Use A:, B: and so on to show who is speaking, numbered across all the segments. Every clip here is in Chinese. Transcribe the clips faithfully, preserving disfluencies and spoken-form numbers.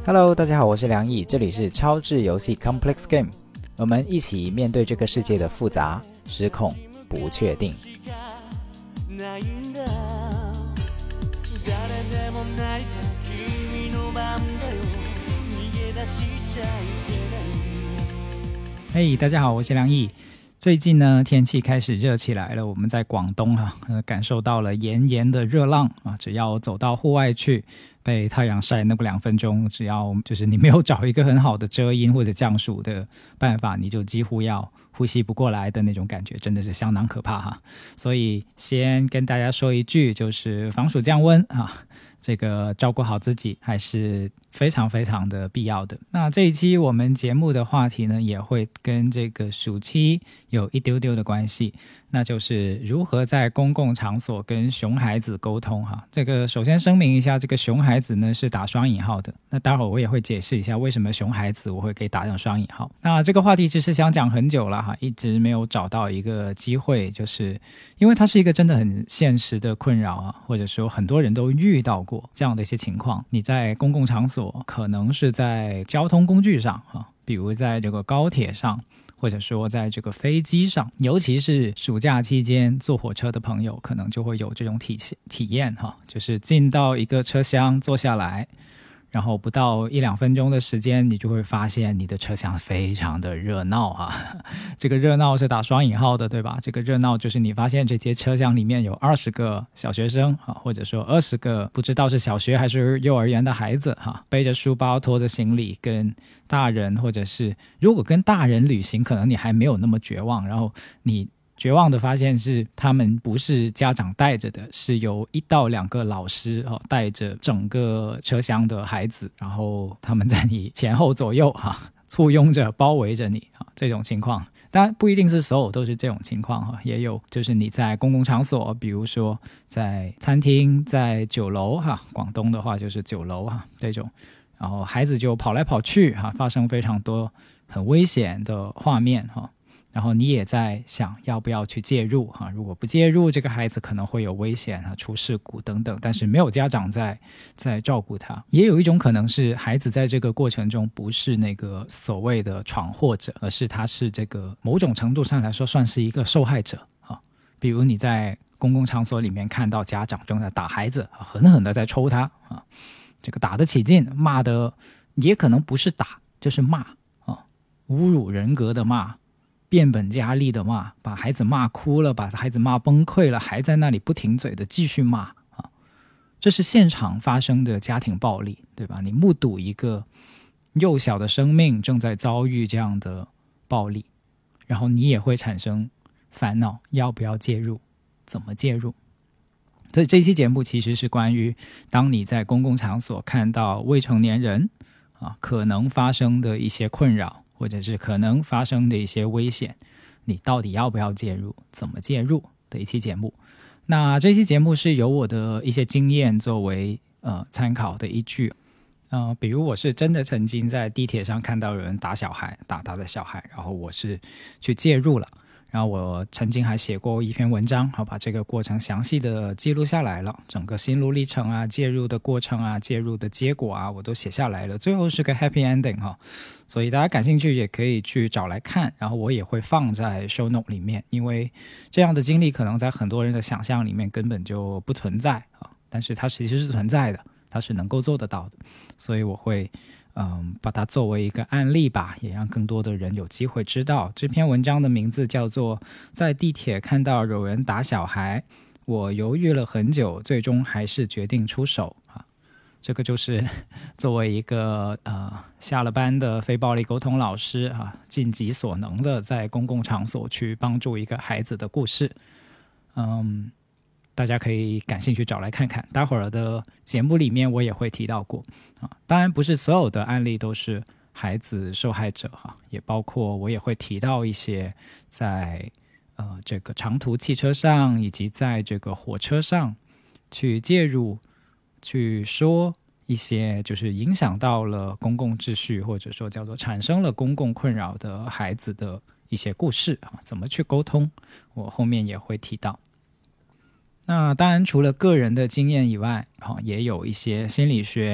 A: Hello， 大家好，我是梁毅，这里是超智游戏 Complex Game， 我们一起面对这个世界的复杂、失控、不确定。嘿、hey, 大家好，我是梁毅。最近呢，天气开始热起来了，我们在广东啊，呃、感受到了炎炎的热浪啊。只要走到户外去，被太阳晒那么两分钟，只要就是你没有找一个很好的遮阴或者降暑的办法，你就几乎要呼吸不过来的那种感觉，真的是相当可怕哈。所以先跟大家说一句，就是防暑降温啊，这个照顾好自己还是非常非常的必要的。那这一期我们节目的话题呢，也会跟这个暑期有一丢丢的关系，那就是如何在公共场所跟熊孩子沟通哈。这个首先声明一下，这个熊孩子呢是打双引号的，那待会儿我也会解释一下为什么熊孩子我会给打上双引号。那这个话题其实想讲很久了哈，一直没有找到一个机会，就是因为它是一个真的很现实的困扰啊，或者说很多人都遇到过这样的一些情况。你在公共场所，可能是在交通工具上啊，比如在这个高铁上，或者说在这个飞机上，尤其是暑假期间坐火车的朋友可能就会有这种体体验哈，就是进到一个车厢坐下来，然后不到一两分钟的时间，你就会发现你的车厢非常的热闹啊。这个热闹是打双引号的，对吧？这个热闹就是你发现这节车厢里面有二十个小学生啊，或者说二十个不知道是小学还是幼儿园的孩子哈，背着书包拖着行李，跟大人，或者是如果跟大人旅行，可能你还没有那么绝望，然后你绝望的发现是他们不是家长带着的，是由一到两个老师、哦、带着整个车厢的孩子，然后他们在你前后左右、啊、簇拥着包围着你、啊、这种情况。当然不一定是所有都是这种情况、啊、也有就是你在公共场所，比如说在餐厅，在酒楼、啊、广东的话就是酒楼、啊、这种，然后孩子就跑来跑去、啊、发生非常多很危险的画面、啊，然后你也在想要不要去介入哈，如果不介入，这个孩子可能会有危险啊，出事故等等，但是没有家长在在照顾他。也有一种可能是孩子在这个过程中不是那个所谓的闯祸者，而是他是这个某种程度上来说算是一个受害者啊。比如你在公共场所里面看到家长正在打孩子，狠狠的在抽他啊，这个打得起劲，骂的也可能不是打就是骂啊，侮辱人格的骂，变本加厉的骂，把孩子骂哭了，把孩子骂崩溃了，还在那里不停嘴的继续骂啊！这是现场发生的家庭暴力，对吧？你目睹一个幼小的生命正在遭遇这样的暴力，然后你也会产生烦恼，要不要介入？怎么介入？所以这期节目其实是关于当你在公共场所看到未成年人啊可能发生的一些困扰，或者是可能发生的一些危险，你到底要不要介入，怎么介入的一期节目。那这期节目是由我的一些经验作为呃参考的依据，呃，比如我是真的曾经在地铁上看到有人打小孩，打他的小孩，然后我是去介入了，然后我曾经还写过一篇文章，好把这个过程详细的记录下来了，整个心路历程啊，介入的过程啊，介入的结果啊，我都写下来了，最后是个 happy ending 哈。所以大家感兴趣也可以去找来看，然后我也会放在 show note 里面，因为这样的经历可能在很多人的想象里面根本就不存在啊，但是它其实是存在的，它是能够做得到的，所以我会嗯，把它作为一个案例吧，也让更多的人有机会知道。这篇文章的名字叫做在地铁看到有人打小孩，我犹豫了很久，最终还是决定出手啊。这个就是作为一个呃下了班的非暴力沟通老师啊，尽己所能的在公共场所去帮助一个孩子的故事。嗯，大家可以感兴趣找来看看，待会儿的节目里面我也会提到过啊。当然不是所有的案例都是孩子受害者哈，也包括我也会提到一些在呃这个长途汽车上以及在这个火车上去介入，去说一些就是影响到了公共秩序，或者说叫做产生了公共困扰的孩子的一些故事啊，怎么去沟通，我后面也会提到。那当然除了个人的经验以外，也有一些心理学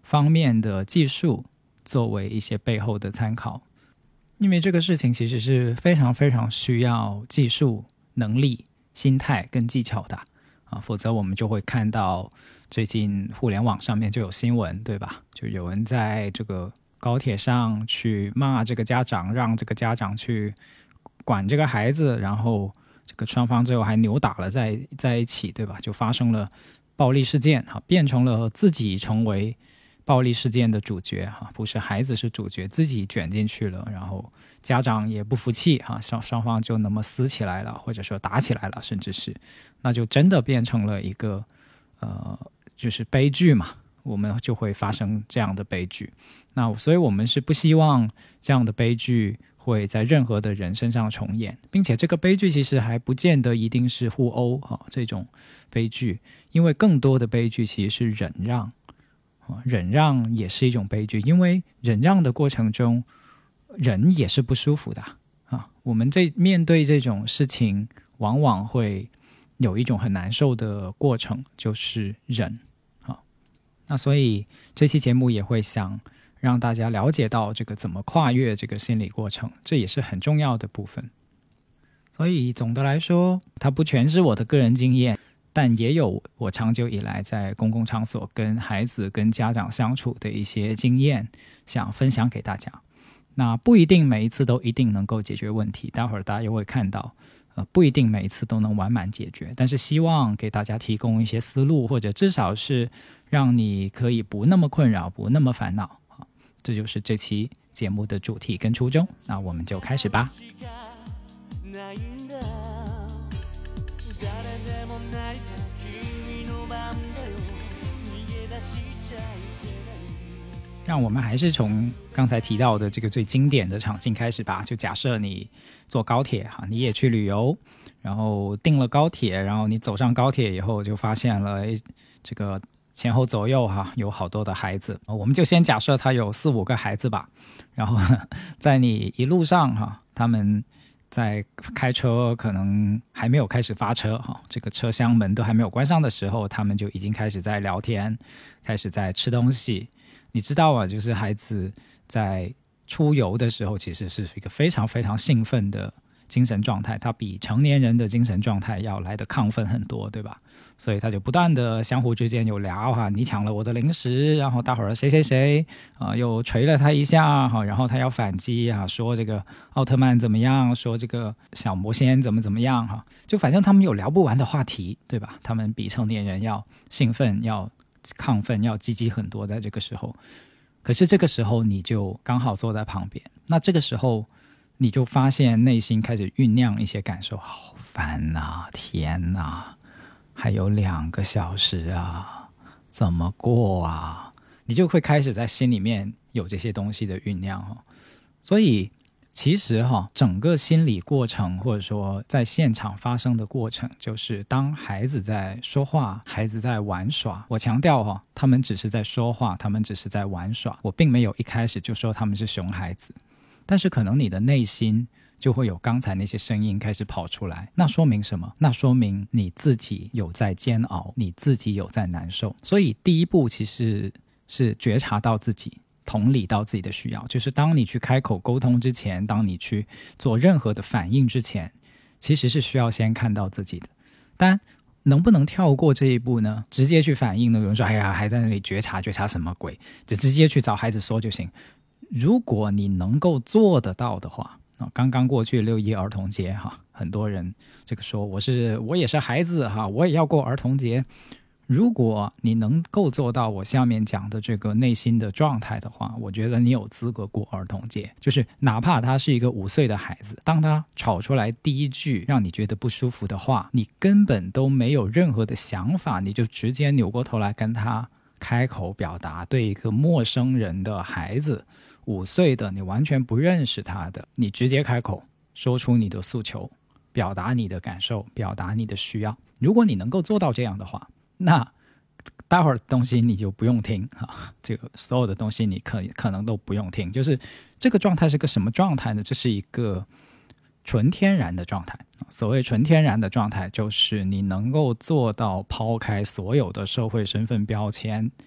A: 方面的技术作为一些背后的参考，因为这个事情其实是非常非常需要技术、能力、心态跟技巧的啊，否则我们就会看到最近互联网上面就有新闻，对吧？就有人在这个高铁上去骂这个家长，让这个家长去管这个孩子，然后这个双方最后还扭打了在在一起，对吧？就发生了暴力事件，变成了自己成为暴力事件的主角，不是孩子是主角，自己卷进去了，然后家长也不服气，双双方就那么撕起来了，或者说打起来了，甚至是那就真的变成了一个呃，就是悲剧嘛，我们就会发生这样的悲剧。那所以我们是不希望这样的悲剧会在任何的人身上重演，并且这个悲剧其实还不见得一定是互殴、哦、这种悲剧，因为更多的悲剧其实是忍让，忍让也是一种悲剧，因为忍让的过程中人也是不舒服的啊。我们这面对这种事情往往会有一种很难受的过程，就是忍啊。那所以这期节目也会想让大家了解到这个怎么跨越这个心理过程，这也是很重要的部分。所以总的来说，它不全是我的个人经验，但也有我长久以来在公共场所跟孩子跟家长相处的一些经验，想分享给大家。那不一定每一次都一定能够解决问题，待会儿大家又会看到呃，不一定每一次都能完满解决，但是希望给大家提供一些思路，或者至少是让你可以不那么困扰，不那么烦恼。这就是这期节目的主题跟初衷，那我们就开始吧。让我们还是从刚才提到的这个最经典的场景开始吧。就假设你坐高铁，你也去旅游，然后订了高铁，然后你走上高铁以后就发现了这个前后左右哈有好多的孩子，我们就先假设他有四五个孩子吧。然后在你一路上哈，他们在开车，可能还没有开始发车哈，这个车厢门都还没有关上的时候，他们就已经开始在聊天，开始在吃东西。你知道啊，就是孩子在出游的时候其实是一个非常非常兴奋的精神状态，他比成年人的精神状态要来得亢奋很多，对吧？所以他就不断的相互之间有聊哈，你抢了我的零食，然后大会儿谁谁谁啊又捶了他一下哈，然后他要反击啊，说这个奥特曼怎么样，说这个小魔仙怎么怎么样哈，就反正他们有聊不完的话题，对吧？他们比成年人要兴奋，要亢奋，要积极很多在这个时候。可是这个时候你就刚好坐在旁边，那这个时候你就发现内心开始酝酿一些感受，好烦啊，天啊，还有两个小时啊，怎么过啊？你就会开始在心里面有这些东西的酝酿。所以其实哈，整个心理过程或者说在现场发生的过程，就是当孩子在说话，孩子在玩耍，我强调哈，他们只是在说话，他们只是在玩耍，我并没有一开始就说他们是熊孩子，但是可能你的内心就会有刚才那些声音开始跑出来，那说明什么？那说明你自己有在煎熬，你自己有在难受。所以第一步其实是觉察到自己，同理到自己的需要，就是当你去开口沟通之前，当你去做任何的反应之前，其实是需要先看到自己的。但能不能跳过这一步呢？直接去反应呢？有人说哎呀，还在那里觉察觉察什么鬼，就直接去找孩子说就行。如果你能够做得到的话，刚刚过去六一儿童节哈，很多人这个说我是我也是孩子哈，我也要过儿童节。如果你能够做到我下面讲的这个内心的状态的话，我觉得你有资格过儿童节。就是哪怕他是一个五岁的孩子，当他吵出来第一句让你觉得不舒服的话，你根本都没有任何的想法，你就直接扭过头来跟他开口表达。对一个陌生人的孩子，五岁的，你完全不认识他的，你直接开口说出你的诉求，表达你的感受，表达你的需要。如果你能够做到这样的话，那待会儿的东西你就不用听啊，这个所有的东西你可可能都不用听。就是这个状态是个什么状态呢？这是一个纯天然的状态。所谓纯天然的状态，就是你能够做到抛开所有的社会身份标签，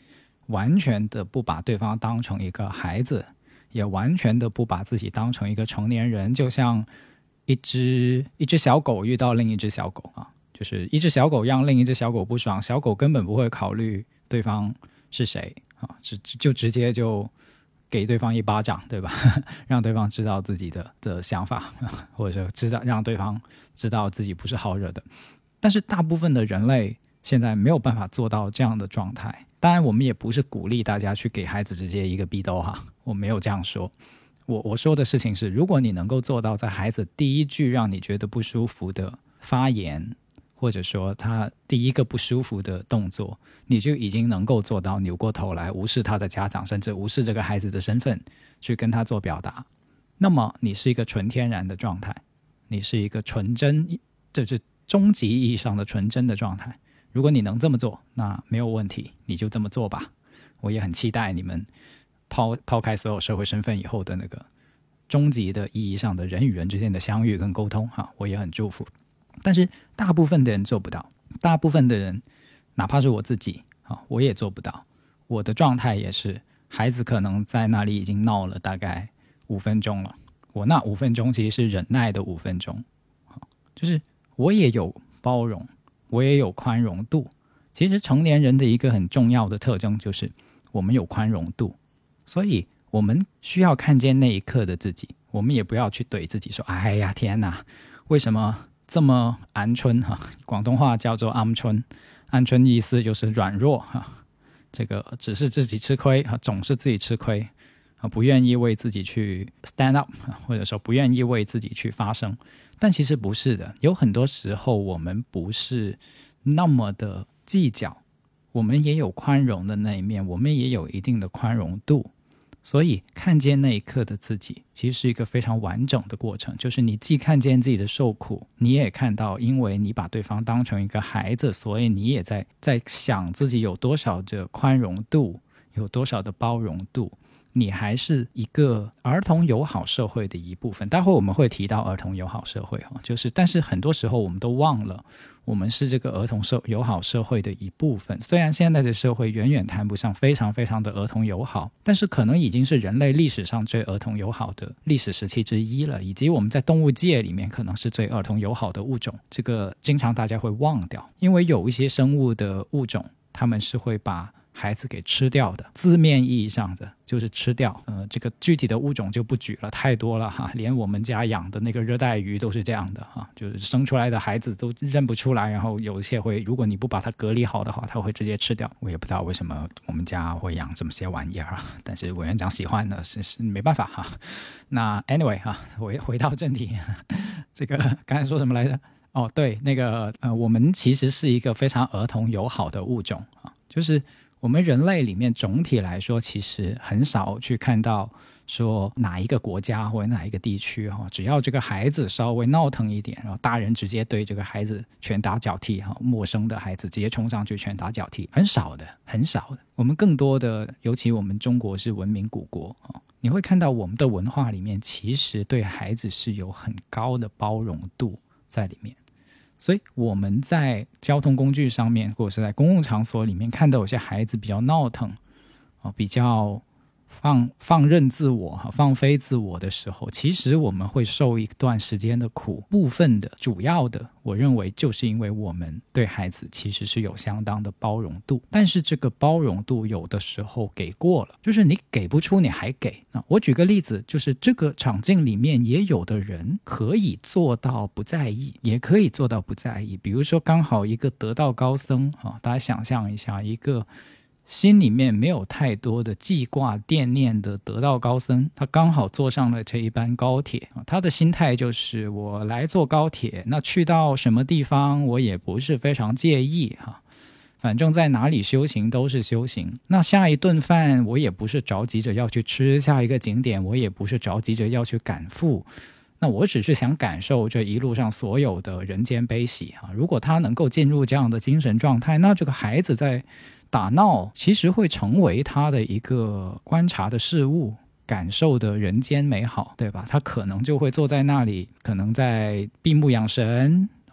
A: 完全的不把对方当成一个孩子，也完全的不把自己当成一个成年人，就像一只一只小狗遇到另一只小狗啊，就是一只小狗让另一只小狗不爽，小狗根本不会考虑对方是谁啊，只就直接就给对方一巴掌，对吧？让对方知道自己的的想法，或者知道让对方知道自己不是好惹的。但是大部分的人类现在没有办法做到这样的状态。当然我们也不是鼓励大家去给孩子直接一个逼斗哈，我没有这样说。我我说的事情是，如果你能够做到在孩子第一句让你觉得不舒服的发言，或者说他第一个不舒服的动作，你就已经能够做到扭过头来无视他的家长，甚至无视这个孩子的身份去跟他做表达，那么你是一个纯天然的状态，你是一个纯真，这是终极意义上的纯真的状态。如果你能这么做，那没有问题，你就这么做吧。我也很期待你们抛抛开所有社会身份以后的那个终极的意义上的人与人之间的相遇跟沟通哈，我也很祝福。但是大部分的人做不到，大部分的人哪怕是我自己我也做不到。我的状态也是，孩子可能在那里已经闹了大概五分钟了，我那五分钟其实是忍耐的五分钟，就是我也有包容，我也有宽容度。其实成年人的一个很重要的特征就是我们有宽容度，所以我们需要看见那一刻的自己，我们也不要去怼自己说哎呀天哪，为什么这么鹌鹑哈？广东话叫做鹌鹑，鹌鹑意思就是软弱哈，这个只是自己吃亏，总是自己吃亏，不愿意为自己去 stand up， 或者说不愿意为自己去发声。但其实不是的，有很多时候我们不是那么的计较，我们也有宽容的那一面，我们也有一定的宽容度。所以看见那一刻的自己其实是一个非常完整的过程，就是你既看见自己的受苦，你也看到因为你把对方当成一个孩子，所以你也在在想自己有多少的宽容度，有多少的包容度，你还是一个儿童友好社会的一部分。待会我们会提到儿童友好社会，就是但是很多时候我们都忘了我们是这个儿童友好社会的一部分。虽然现在的社会远远谈不上非常非常的儿童友好，但是可能已经是人类历史上最儿童友好的历史时期之一了，以及我们在动物界里面可能是最儿童友好的物种。这个经常大家会忘掉，因为有一些生物的物种他们是会把孩子给吃掉的，字面意义上的就是吃掉。呃，这个具体的物种就不举了，太多了哈，连我们家养的那个热带鱼都是这样的哈，就是生出来的孩子都认不出来，然后有一些会，如果你不把它隔离好的话，它会直接吃掉。我也不知道为什么我们家会养这么些玩意儿啊，但是委员长喜欢的是是没办法哈。那 anyway 哈，回回到正题，这个刚才说什么来着？哦，对，那个呃，我们其实是一个非常儿童友好的物种啊，就是我们人类里面总体来说其实很少去看到说哪一个国家或者哪一个地区只要这个孩子稍微闹腾一点，然后大人直接对这个孩子拳打脚踢，陌生的孩子直接冲上去拳打脚踢，很少的很少的。我们更多的，尤其我们中国是文明古国，你会看到我们的文化里面其实对孩子是有很高的包容度在里面。所以我们在交通工具上面或者是在公共场所里面看到有些孩子比较闹腾，比较放放任自我放飞自我的时候，其实我们会受一段时间的苦。部分的主要的我认为就是因为我们对孩子其实是有相当的包容度，但是这个包容度有的时候给过了，就是你给不出你还给。那我举个例子，就是这个场景里面也有的人可以做到不在意，也可以做到不在意。比如说刚好一个得道高僧，大家想象一下，一个心里面没有太多的记挂惦念的得道高僧，他刚好坐上了这一班高铁，他的心态就是我来坐高铁，那去到什么地方我也不是非常介意哈，反正在哪里修行都是修行，那下一顿饭我也不是着急着要去吃，下一个景点我也不是着急着要去赶赴，那我只是想感受这一路上所有的人间悲喜啊。如果他能够进入这样的精神状态，那这个孩子在打闹其实会成为他的一个观察的事物，感受的人间美好，对吧？他可能就会坐在那里，可能在闭目养神，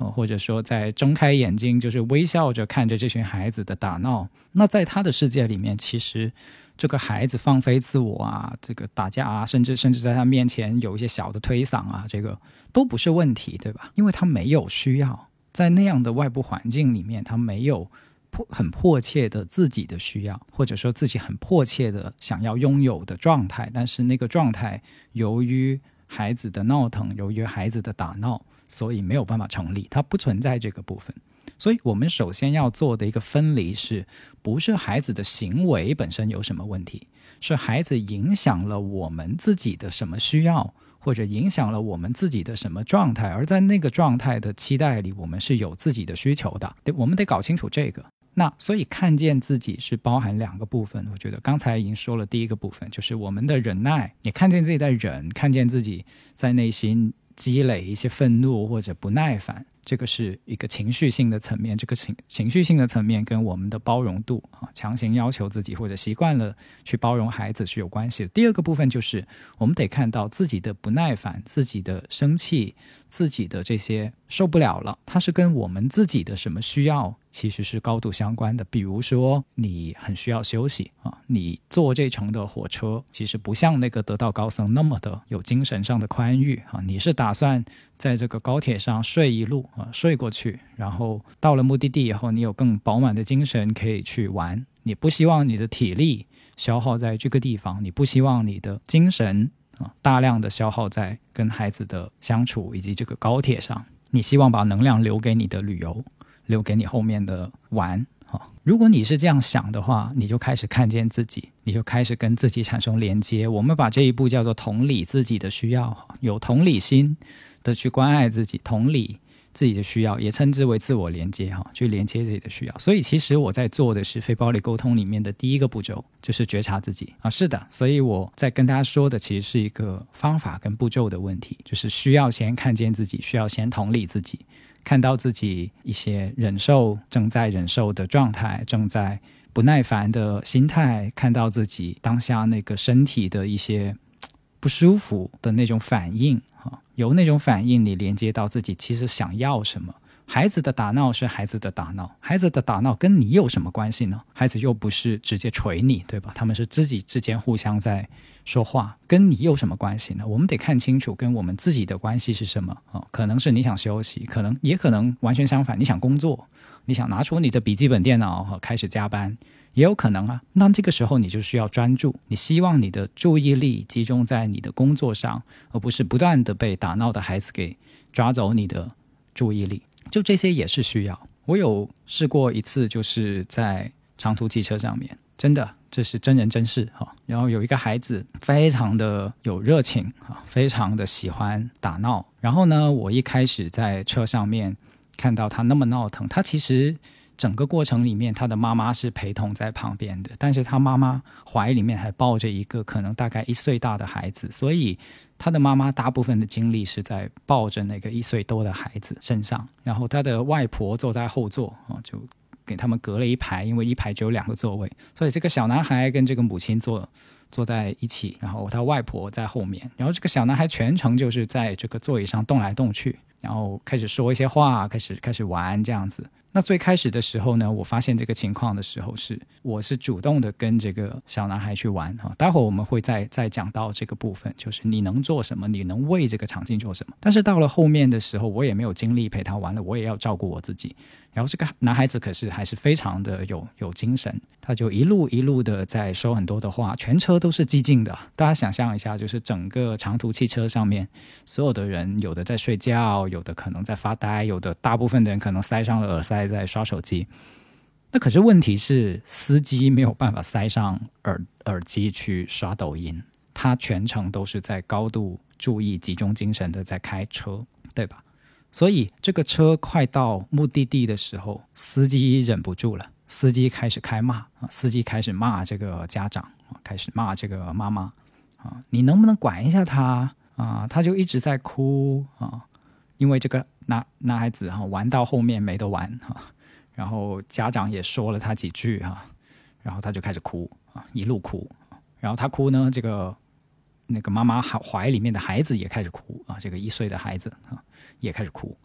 A: 或者说在睁开眼睛就是微笑着看着这群孩子的打闹，那在他的世界里面，其实这个孩子放飞自我啊，这个打架啊，甚至甚至在他面前有一些小的推搡啊，这个都不是问题，对吧？因为他没有需要，在那样的外部环境里面，他没有很迫切的自己的需要，或者说自己很迫切的想要拥有的状态，但是那个状态由于孩子的闹腾，由于孩子的打闹，所以没有办法成立，它不存在这个部分。所以我们首先要做的一个分离是，不是孩子的行为本身有什么问题，是孩子影响了我们自己的什么需要，或者影响了我们自己的什么状态，而在那个状态的期待里，我们是有自己的需求的，对，我们得搞清楚这个。那所以看见自己是包含两个部分，我觉得刚才已经说了第一个部分，就是我们的忍耐，你看见自己在忍，看见自己在内心积累一些愤怒或者不耐烦，这个是一个情绪性的层面，这个 情, 情绪性的层面跟我们的包容度、啊、强行要求自己或者习惯了去包容孩子是有关系的。第二个部分就是我们得看到自己的不耐烦，自己的生气，自己的这些受不了了，它是跟我们自己的什么需要其实是高度相关的。比如说你很需要休息啊，你坐这程的火车其实不像那个得道高僧那么的有精神上的宽裕啊，你是打算在这个高铁上睡一路啊，睡过去，然后到了目的地以后，你有更饱满的精神可以去玩。你不希望你的体力消耗在这个地方，你不希望你的精神啊大量的消耗在跟孩子的相处以及这个高铁上，你希望把能量留给你的旅游，留给你后面的玩。如果你是这样想的话，你就开始看见自己，你就开始跟自己产生连接。我们把这一步叫做同理自己的需要，有同理心的去关爱自己，同理自己的需要，也称之为自我连接，去连接自己的需要。所以其实我在做的是非暴力沟通里面的第一个步骤，就是觉察自己啊。是的，所以我在跟大家说的其实是一个方法跟步骤的问题，就是需要先看见自己，需要先同理自己，看到自己一些忍受正在忍受的状态，正在不耐烦的心态，看到自己当下那个身体的一些不舒服的那种反应，由那种反应你连接到自己其实想要什么。孩子的打闹是孩子的打闹，孩子的打闹跟你有什么关系呢？孩子又不是直接捶你，对吧？他们是自己之间互相在说话，跟你有什么关系呢？我们得看清楚跟我们自己的关系是什么、哦、可能是你想休息，可能也可能完全相反，你想工作，你想拿出你的笔记本电脑、哦、开始加班，也有可能啊。那这个时候你就需要专注，你希望你的注意力集中在你的工作上，而不是不断的被打闹的孩子给抓走你的注意力。就这些也是需要。我有试过一次，就是在长途汽车上面，真的这是真人真事、哦、然后有一个孩子非常的有热情、哦、非常的喜欢打闹。然后呢，我一开始在车上面看到他那么闹腾，他其实整个过程里面他的妈妈是陪同在旁边的，但是他妈妈怀里面还抱着一个可能大概一岁大的孩子，所以他的妈妈大部分的精力是在抱着那个一岁多的孩子身上，然后他的外婆坐在后座、哦、就给他们隔了一排，因为一排只有两个座位，所以这个小男孩跟这个母亲坐坐在一起，然后他外婆在后面，然后这个小男孩全程就是在这个座椅上动来动去，然后开始说一些话，开始开始玩这样子。那最开始的时候呢，我发现这个情况的时候是我是主动的跟这个小男孩去玩哈，待会儿我们会再再讲到这个部分，就是你能做什么，你能为这个场景做什么。但是到了后面的时候，我也没有精力陪他玩了，我也要照顾我自己。然后这个男孩子可是还是非常的有有精神，他就一路一路的在说很多的话，全车都是寂静的。大家想象一下，就是整个长途汽车上面所有的人，有的在睡觉，有的可能在发呆，有的大部分的人可能塞上了耳塞在刷手机。那可是问题是司机没有办法塞上 耳, 耳机去刷抖音，他全程都是在高度注意集中精神的在开车，对吧？所以这个车快到目的地的时候，司机忍不住了，司机开始开骂，司机开始骂这个家长，开始骂这个妈妈，你能不能管一下他啊？他就一直在哭啊，因为这个男男孩子玩到后面没得玩，然后家长也说了他几句，然后他就开始哭，一路哭，然后他哭呢，这个那个妈妈怀里面的孩子也开始哭啊，这个一岁的孩子啊也开始哭，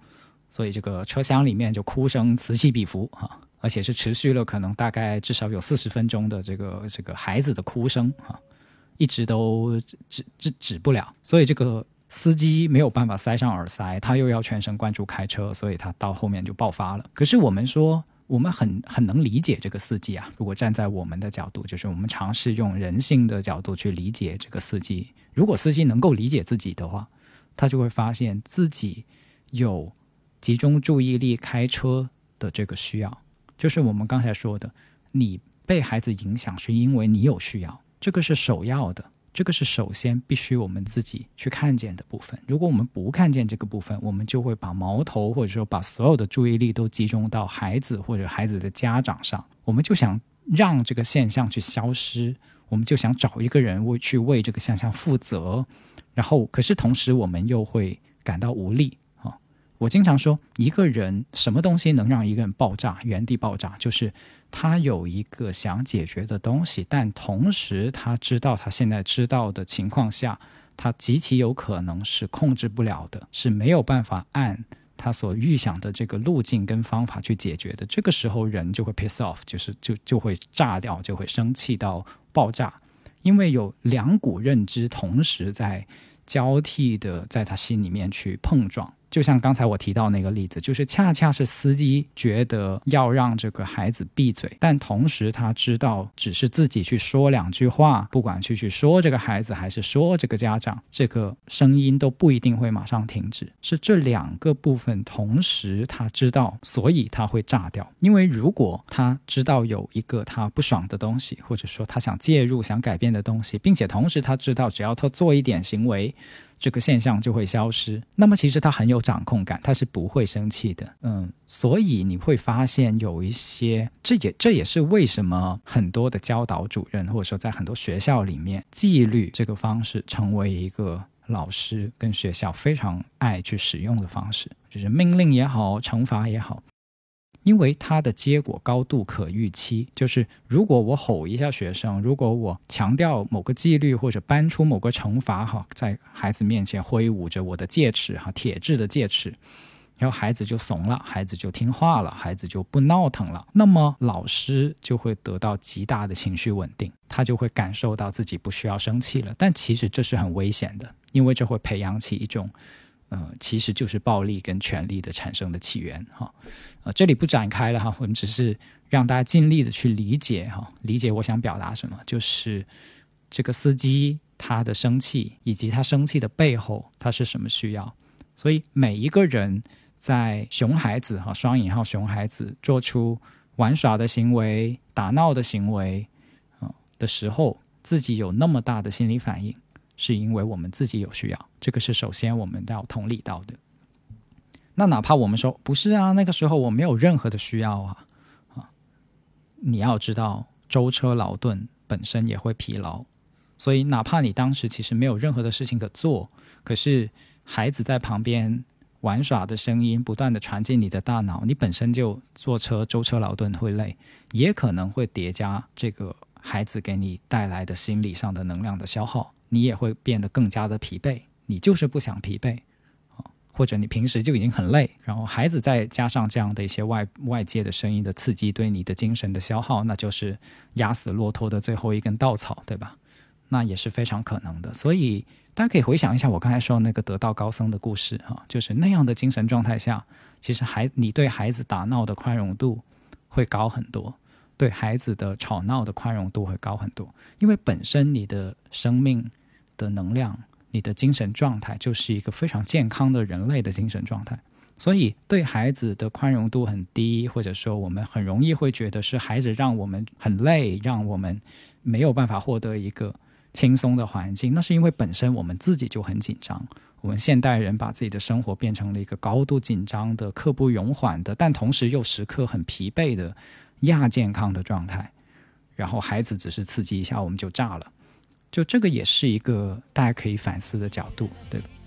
A: 所以这个车厢里面就哭声此起彼伏啊，而且是持续了可能大概至少有四十分钟的这个这个孩子的哭声啊，一直都止止止不了。所以这个司机没有办法塞上耳塞，他又要全神贯注开车，所以他到后面就爆发了。可是我们说我们很很能理解这个司机啊，如果站在我们的角度，就是我们尝试用人性的角度去理解这个司机，如果司机能够理解自己的话，他就会发现自己有集中注意力开车的这个需要，就是我们刚才说的，你被孩子影响是因为你有需要，这个是首要的，这个是首先必须我们自己去看见的部分。如果我们不看见这个部分，我们就会把矛头或者说把所有的注意力都集中到孩子或者孩子的家长上，我们就想让这个现象去消失，我们就想找一个人为去为这个现象负责，然后可是同时我们又会感到无力。我经常说，一个人什么东西能让一个人爆炸，原地爆炸，就是他有一个想解决的东西，但同时他知道他现在知道的情况下，他极其有可能是控制不了的，是没有办法按他所预想的这个路径跟方法去解决的。这个时候人就会 piss off， 就是就就会炸掉，就会生气到爆炸，因为有两股认知同时在交替的在他心里面去碰撞。就像刚才我提到那个例子，就是恰恰是司机觉得要让这个孩子闭嘴，但同时他知道只是自己去说两句话，不管去去说这个孩子还是说这个家长，这个声音都不一定会马上停止，是这两个部分同时他知道，所以他会炸掉。因为如果他知道有一个他不爽的东西，或者说他想介入想改变的东西，并且同时他知道只要他做一点行为这个现象就会消失，那么其实他很有掌控感，他是不会生气的。嗯，所以你会发现有一些，这也这也是为什么很多的教导主任或者说在很多学校里面，纪律这个方式成为一个老师跟学校非常爱去使用的方式，就是命令也好，惩罚也好。因为它的结果高度可预期，就是如果我吼一下学生，如果我强调某个纪律或者搬出某个惩罚哈，在孩子面前挥舞着我的戒尺哈，铁质的戒尺，然后孩子就怂了，孩子就听话了，孩子就不闹腾了，那么老师就会得到极大的情绪稳定，他就会感受到自己不需要生气了。但其实这是很危险的，因为这会培养起一种呃，其实就是暴力跟权力的产生的起源哈。呃，这里不展开了哈，我们只是让大家尽力的去理解哈，理解我想表达什么，就是这个司机他的生气以及他生气的背后他是什么需要。所以每一个人在熊孩子哈，双引号熊孩子做出玩耍的行为、打闹的行为、呃、的时候，自己有那么大的心理反应，是因为我们自己有需要，这个是首先我们要同理到的。那哪怕我们说不是啊，那个时候我没有任何的需要啊，啊你要知道舟车劳顿本身也会疲劳，所以哪怕你当时其实没有任何的事情可做，可是孩子在旁边玩耍的声音不断的传进你的大脑，你本身就坐车舟车劳顿会累，也可能会叠加这个孩子给你带来的心理上的能量的消耗，你也会变得更加的疲惫，你就是不想疲惫，或者你平时就已经很累，然后孩子再加上这样的一些外外界的声音的刺激，对你的精神的消耗，那就是压死骆驼的最后一根稻草，对吧？那也是非常可能的。所以大家可以回想一下我刚才说的那个得道高僧的故事，就是那样的精神状态下，其实孩你对孩子打闹的宽容度会高很多，对孩子的吵闹的宽容度会高很多，因为本身你的生命的能量，你的精神状态就是一个非常健康的人类的精神状态，所以对孩子的宽容度很低，或者说我们很容易会觉得是孩子让我们很累，让我们没有办法获得一个轻松的环境，那是因为本身我们自己就很紧张，我们现代人把自己的生活变成了一个高度紧张的、刻不容缓的，但同时又时刻很疲惫的亚健康的状态，然后孩子只是刺激一下我们就炸了，就这个也是一个大家可以反思的角度，对吧？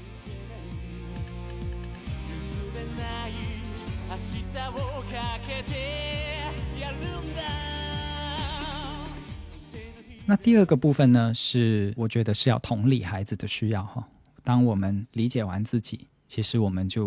A: 那第二个部分呢，是我觉得是要同理孩子的需要哈。当我们理解完自己，其实我们就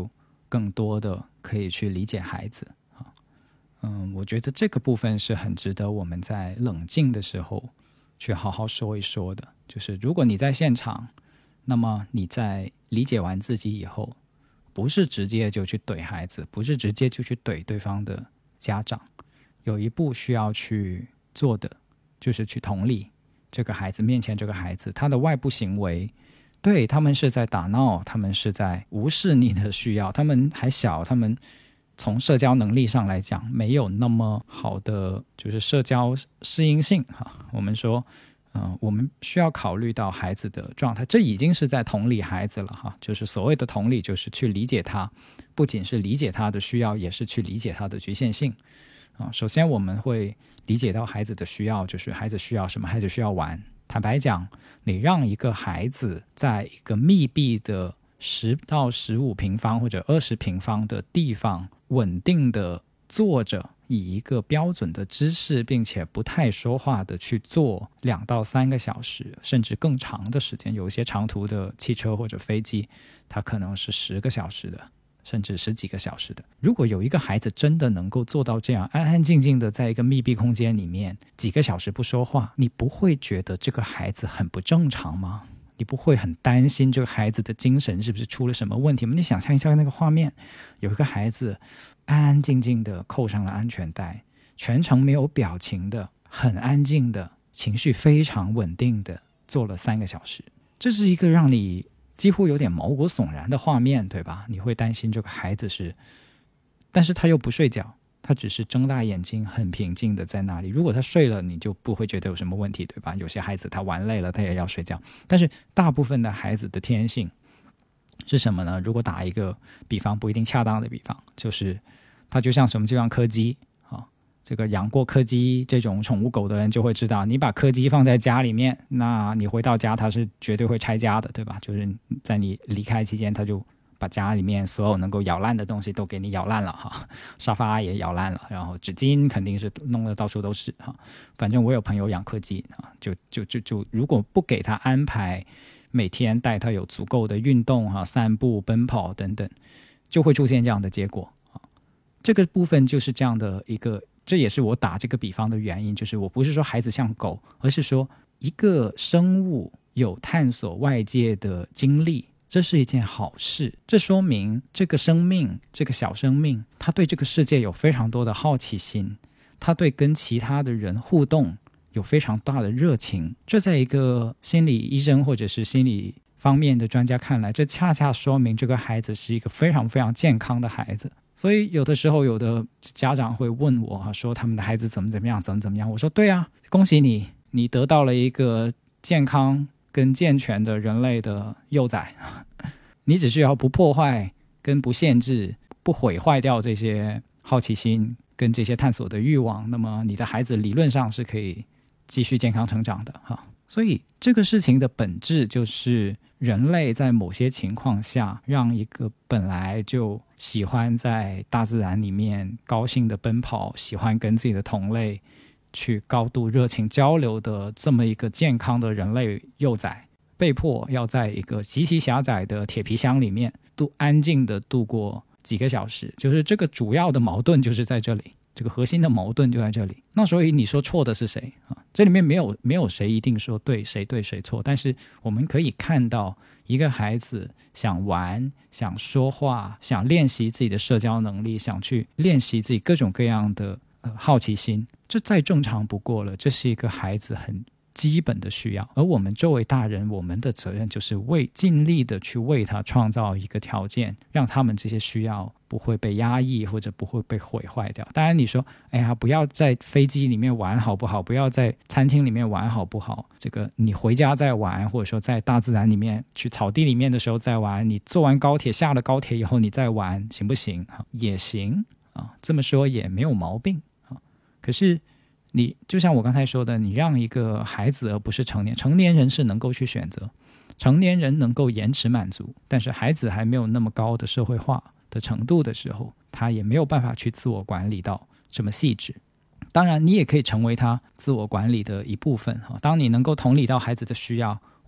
A: 更多的可以去理解孩子。嗯，我觉得这个部分是很值得我们在冷静的时候去好好说一说的。就是如果你在现场，那么你在理解完自己以后，不是直接就去怼孩子，不是直接就去怼对方的家长，有一步需要去做的，就是去同理这个孩子面前这个孩子他的外部行为，对，他们是在打闹，他们是在无视你的需要，他们还小，他们从社交能力上来讲没有那么好的就是社交适应性哈。我们说呃，我们需要考虑到孩子的状态，这已经是在同理孩子了哈。就是所谓的同理，就是去理解他，不仅是理解他的需要，也是去理解他的局限性啊。首先我们会理解到孩子的需要，就是孩子需要什么，孩子需要玩。坦白讲，你让一个孩子在一个密闭的十到十五平方或者二十平方的地方稳定的坐着，以一个标准的姿势，并且不太说话的去做两到三个小时，甚至更长的时间。有一些长途的汽车或者飞机，它可能是十个小时的，甚至十几个小时的。如果有一个孩子真的能够做到这样，安安静静的在一个密闭空间里面几个小时不说话，你不会觉得这个孩子很不正常吗？你不会很担心这个孩子的精神是不是出了什么问题吗？你想象一下那个画面，有一个孩子安安静静的扣上了安全带，全程没有表情的，很安静的，情绪非常稳定的做了三个小时。这是一个让你几乎有点毛骨悚然的画面，对吧？你会担心这个孩子是，但是他又不睡觉，他只是睁大眼睛很平静的在那里。如果他睡了，你就不会觉得有什么问题，对吧？有些孩子他玩累了，他也要睡觉。但是大部分的孩子的天性是什么呢？如果打一个比方，不一定恰当的比方，就是它就像什么，就像柯基啊。这个养过柯基这种宠物狗的人就会知道，你把柯基放在家里面，那你回到家它是绝对会拆家的，对吧？就是在你离开期间，它就把家里面所有能够咬烂的东西都给你咬烂了哈，沙发也咬烂了，然后纸巾肯定是弄得到处都是哈。反正我有朋友养柯基啊，就就就就如果不给他安排每天带他有足够的运动哈，散步、奔跑等等，就会出现这样的结果啊。这个部分就是这样的一个，这也是我打这个比方的原因，就是我不是说孩子像狗，而是说一个生物有探索外界的经历，这是一件好事。这说明这个生命，这个小生命，他对这个世界有非常多的好奇心，他对跟其他的人互动有非常大的热情。这在一个心理医生或者是心理方面的专家看来，这恰恰说明这个孩子是一个非常非常健康的孩子。所以有的时候有的家长会问我说他们的孩子怎么怎么样怎么怎么样，我说对啊，恭喜你，你得到了一个健康跟健全的人类的幼崽，你只需要不破坏跟不限制，不毁坏掉这些好奇心跟这些探索的欲望，那么你的孩子理论上是可以继续健康成长的哈。所以这个事情的本质就是人类在某些情况下，让一个本来就喜欢在大自然里面高兴的奔跑，喜欢跟自己的同类去高度热情交流的这么一个健康的人类幼崽，被迫要在一个极其狭窄的铁皮箱里面度安静的度过几个小时。就是这个主要的矛盾就是在这里，这个核心的矛盾就在这里。那所以你说错的是谁啊？这里面没有没有谁一定说对谁对谁错，但是我们可以看到一个孩子想玩，想说话，想练习自己的社交能力，想去练习自己各种各样的、呃、好奇心，这再正常不过了。这是一个孩子很基本的需要，而我们作为大人，我们的责任就是为尽力的去为他创造一个条件，让他们这些需要不会被压抑或者不会被毁坏掉。当然你说哎呀，不要在飞机里面玩好不好，不要在餐厅里面玩好不好，这个你回家再玩，或者说在大自然里面去草地里面的时候再玩，你坐完高铁下了高铁以后你再玩行不行？也行啊，这么说也没有毛病啊。可是你就像我刚才说的，你让一个孩子而不是成年成年人是能够去选择，成年人能够延迟满足，但是孩子还没有那么高的社会化的程度的时候，他也没有办法去自我管理到这么细致。当然你也可以成为他自我管理的一部分。当你能够同理到孩子的需要，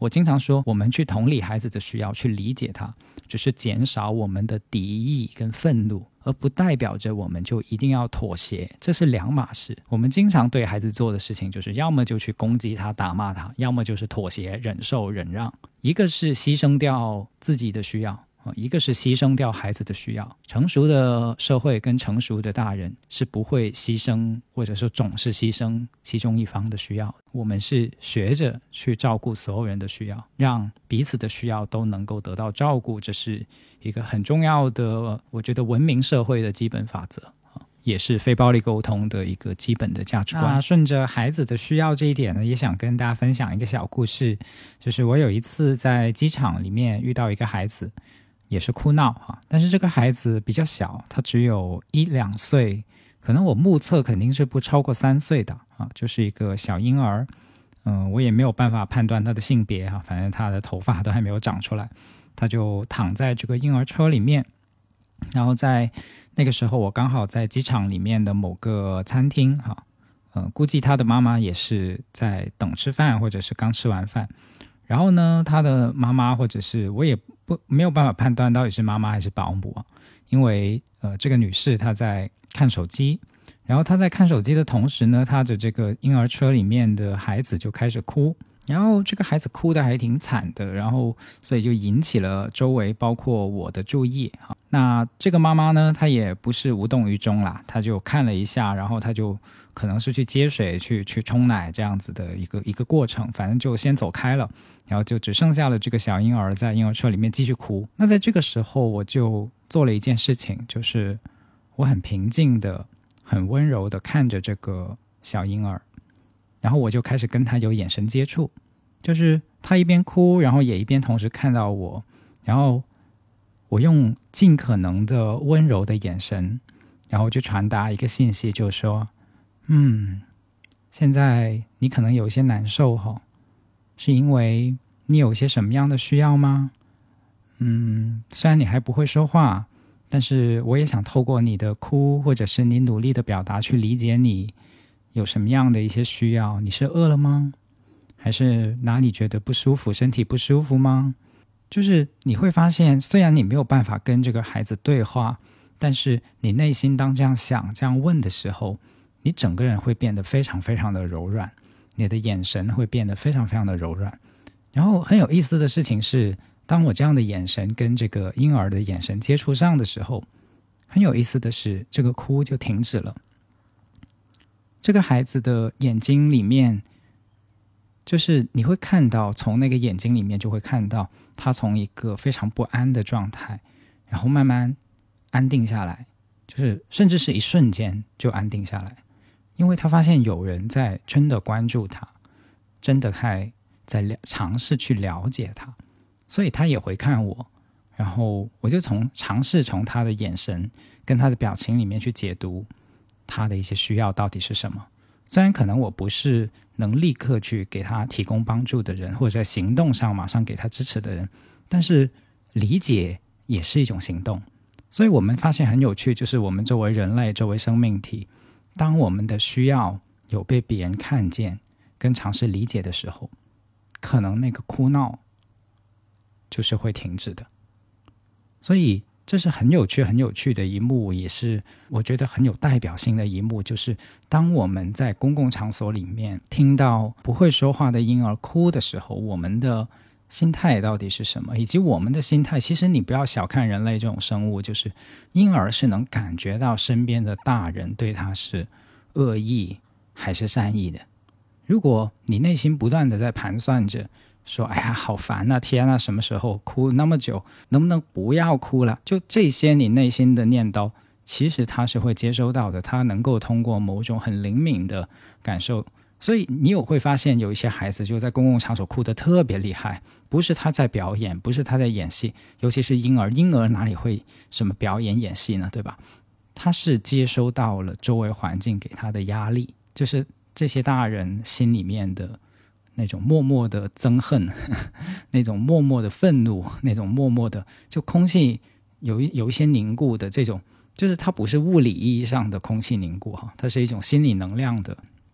A: 我经常说，我们去同理孩子的需要，去理解他，只是减少我们的敌意跟愤怒，而不代表着我们就一定要妥协，这是两码事。我们经常对孩子做的事情，就是要么就去攻击他、打骂他，要么就是妥协、忍受、忍让。一个是牺牲掉自己的需要，一个是牺牲掉孩子的需要。成熟的社会跟成熟的大人是不会牺牲，或者说总是牺牲其中一方的需要。我们是学着去照顾所有人的需要，让彼此的需要都能够得到照顾，这是一个很重要的，我觉得文明社会的基本法则，也是非暴力沟通的一个基本的价值观。那顺着孩子的需要这一点呢，也想跟大家分享一个小故事，就是我有一次在机场里面遇到一个孩子，也是哭闹哈，但是这个孩子比较小，他只有一两岁，可能我目测肯定是不超过三岁的啊，就是一个小婴儿。嗯、呃，我也没有办法判断他的性别哈，反正他的头发都还没有长出来，他就躺在这个婴儿车里面。然后在那个时候，我刚好在机场里面的某个餐厅哈，呃，估计他的妈妈也是在等吃饭，或者是刚吃完饭。然后呢，他的妈妈或者是我也不没有办法判断到底是妈妈还是保姆啊，因为呃这个女士她在看手机，然后她在看手机的同时呢，她的这个婴儿车里面的孩子就开始哭，然后这个孩子哭得还挺惨的，然后所以就引起了周围包括我的注意。那这个妈妈呢，她也不是无动于衷啦，她就看了一下，然后她就可能是去接水去去冲奶这样子的一个一个过程，反正就先走开了，然后就只剩下了这个小婴儿在婴儿车里面继续哭。那在这个时候我就做了一件事情，就是我很平静的很温柔的看着这个小婴儿，然后我就开始跟他有眼神接触，就是他一边哭，然后也一边同时看到我，然后我用尽可能的温柔的眼神，然后就传达一个信息，就是说嗯，现在你可能有一些难受吼，是因为你有些什么样的需要吗？嗯，虽然你还不会说话，但是我也想透过你的哭，或者是你努力的表达去理解你有什么样的一些需要。你是饿了吗？还是哪里觉得不舒服，身体不舒服吗？就是你会发现，虽然你没有办法跟这个孩子对话，但是你内心当这样想这样问的时候，你整个人会变得非常非常的柔软，你的眼神会变得非常非常的柔软。然后很有意思的事情是，当我这样的眼神跟这个婴儿的眼神接触上的时候，很有意思的是，这个哭就停止了。这个孩子的眼睛里面，就是你会看到，从那个眼睛里面就会看到他从一个非常不安的状态，然后慢慢安定下来，就是甚至是一瞬间就安定下来，因为他发现有人在真的关注他，真的在在尝试去了解他，所以他也回看我，然后我就从尝试从他的眼神跟他的表情里面去解读他的一些需要到底是什么。虽然可能我不是能立刻去给他提供帮助的人，或者在行动上马上给他支持的人，但是理解也是一种行动。所以我们发现很有趣，就是我们作为人类，作为生命体，当我们的需要有被别人看见跟尝试理解的时候，可能那个哭闹就是会停止的。所以这是很有趣很有趣的一幕，也是我觉得很有代表性的一幕，就是当我们在公共场所里面听到不会说话的婴儿哭的时候，我们的心态到底是什么，以及我们的心态，其实你不要小看人类这种生物，就是婴儿是能感觉到身边的大人对他是恶意还是善意的。如果你内心不断的在盘算着说哎呀好烦啊，天啊，什么时候哭那么久，能不能不要哭了，就这些你内心的念叨，其实他是会接收到的，他能够通过某种很灵敏的感受。所以你有会发现有一些孩子就在公共场所哭得特别厉害，不是他在表演，不是他在演戏，尤其是婴儿，婴儿哪里会什么表演演戏呢，对吧？他是接收到了周围环境给他的压力，就是这些大人心里面的那种默默的憎恨，那种默默的愤怒，那种默默的就空气有一有一些凝固的这种，就是它不是物理意义上的空气凝固，它是一种心理能量的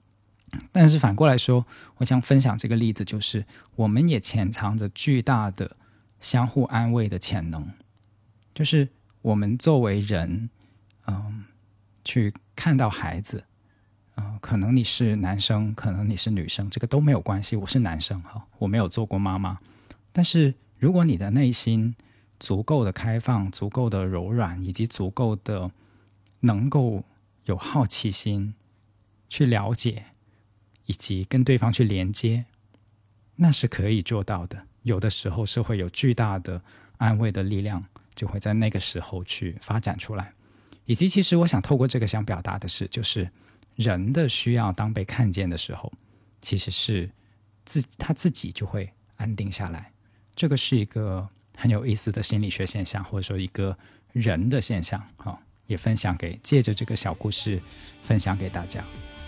A: 但是反过来说，我想分享这个例子，就是我们也潜藏着巨大的相互安慰的潜能，就是我们作为人，嗯，去看到孩子，嗯，可能你是男生，可能你是女生，这个都没有关系。我是男生哈，我没有做过妈妈，但是如果你的内心足够的开放，足够的柔软，以及足够的能够有好奇心去了解，以及跟对方去连接，那是可以做到的。有的时候是会有巨大的安慰的力量，就会在那个时候去发展出来。以及其实我想透过这个想表达的是，就是人的需要当被看见的时候，其实是自他自己就会安定下来。这个是一个很有意思的心理学现象，或者说一个人的现象，哦，也分享给借着这个小故事分享给大家。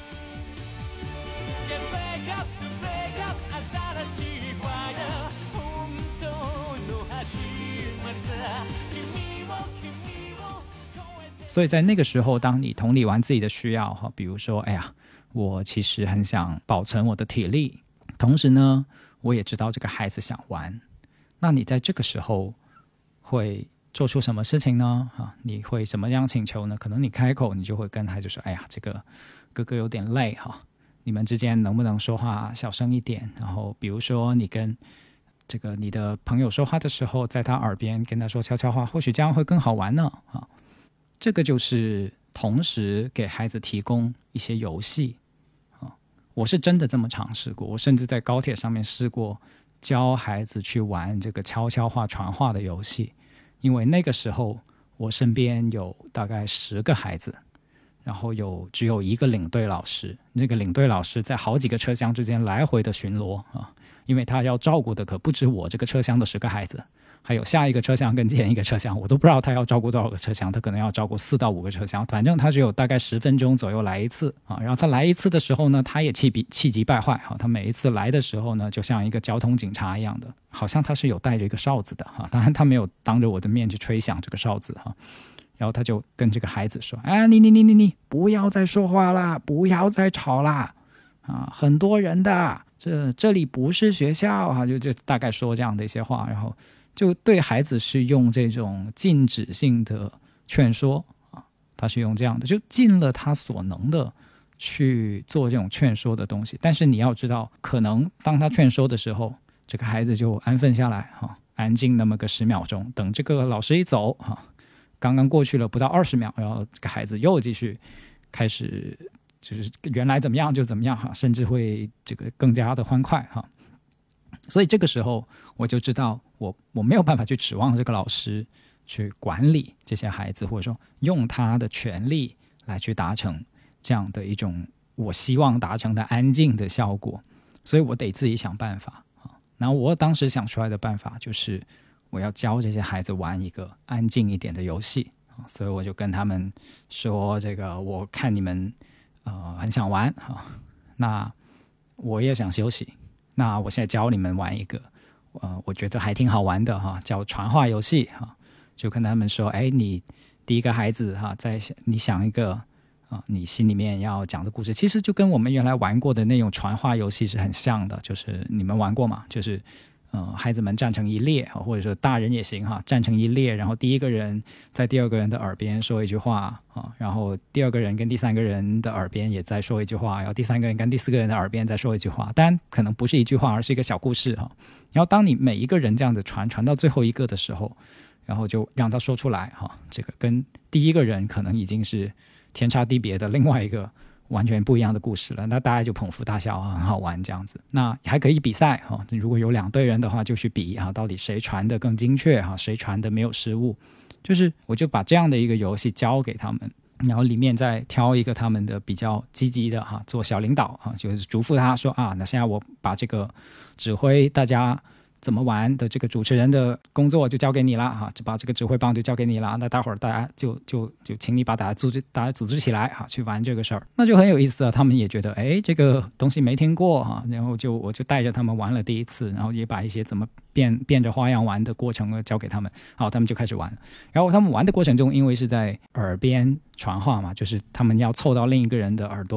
A: 所以在那个时候，当你同理完自己的需要，比如说哎呀，我其实很想保存我的体力，同时呢我也知道这个孩子想玩，那你在这个时候会做出什么事情呢？你会怎么样请求呢？可能你开口，你就会跟孩子说，哎呀，这个哥哥有点累，你们之间能不能说话小声一点？然后比如说你跟这个你的朋友说话的时候，在他耳边跟他说悄悄话，或许这样会更好玩呢。这个就是同时给孩子提供一些游戏。我是真的这么尝试过，我甚至在高铁上面试过教孩子去玩这个悄悄话传话的游戏，因为那个时候我身边有大概十个孩子，然后有只有一个领队老师，那个领队老师在好几个车厢之间来回的巡逻啊，因为他要照顾的可不止我这个车厢的十个孩子，还有下一个车厢跟前一个车厢，我都不知道他要照顾多少个车厢，他可能要照顾四到五个车厢，反正他只有大概十分钟左右来一次啊。然后他来一次的时候呢，他也气急气急败坏啊，他每一次来的时候呢，就像一个交通警察一样的，好像他是有带着一个哨子的哈，当然他没有当着我的面去吹响这个哨子哈。然后他就跟这个孩子说：“哎，你你你你你不要再说话啦，不要再吵啦，啊，很多人的，这这里不是学校啊，就就大概说这样的一些话，然后就对孩子是用这种禁止性的劝说啊，他是用这样的，就尽了他所能的去做这种劝说的东西。但是你要知道，可能当他劝说的时候，这个孩子就安分下来哈，安静那么个十秒钟，等这个老师一走哈。”刚刚过去了不到二十秒，然后这个孩子又继续开始，就是原来怎么样就怎么样哈，甚至会这个更加的欢快哈。所以这个时候我就知道我我没有办法去指望这个老师去管理这些孩子，或者说用他的权利来去达成这样的一种我希望达成的安静的效果，所以我得自己想办法。然后我当时想出来的办法就是我要教这些孩子玩一个安静一点的游戏，所以我就跟他们说，这个我看你们呃很想玩，那我也想休息，那我现在教你们玩一个呃我觉得还挺好玩的哈，叫传话游戏哈，就跟他们说，哎，你第一个孩子哈，在你想一个啊，你心里面要讲的故事，其实就跟我们原来玩过的那种传话游戏是很像的，就是你们玩过嘛，就是呃，孩子们站成一列，或者说大人也行哈，站成一列，然后第一个人在第二个人的耳边说一句话啊，然后第二个人跟第三个人的耳边也再说一句话，然后第三个人跟第四个人的耳边再说一句话，当然可能不是一句话，而是一个小故事哈。然后当你每一个人这样子传传到最后一个的时候，然后就让他说出来哈，这个跟第一个人可能已经是天差地别的另外一个完全不一样的故事了，那大家就捧腹大笑，很好玩这样子。那还可以比赛哈，如果有两队人的话就去比哈，到底谁传的更精确哈，谁传的没有失误。就是我就把这样的一个游戏教给他们，然后里面再挑一个他们的比较积极的哈，做小领导哈，就是嘱咐他说啊，那现在我把这个指挥大家怎么玩的这个主持人的工作就交给你了哈，就把这个指挥棒就交给你了，那待会儿大家就就就请你把大家组织大家组织起来哈，去玩这个事儿，那就很有意思啊。他们也觉得哎，这个东西没听过哈，然后就我就带着他们玩了第一次，然后也把一些怎么变变着花样玩的过程交给他们，好，他们就开始玩。然后他们玩的过程中，因为是在耳边传话嘛，就是他们要凑到另一个人的耳朵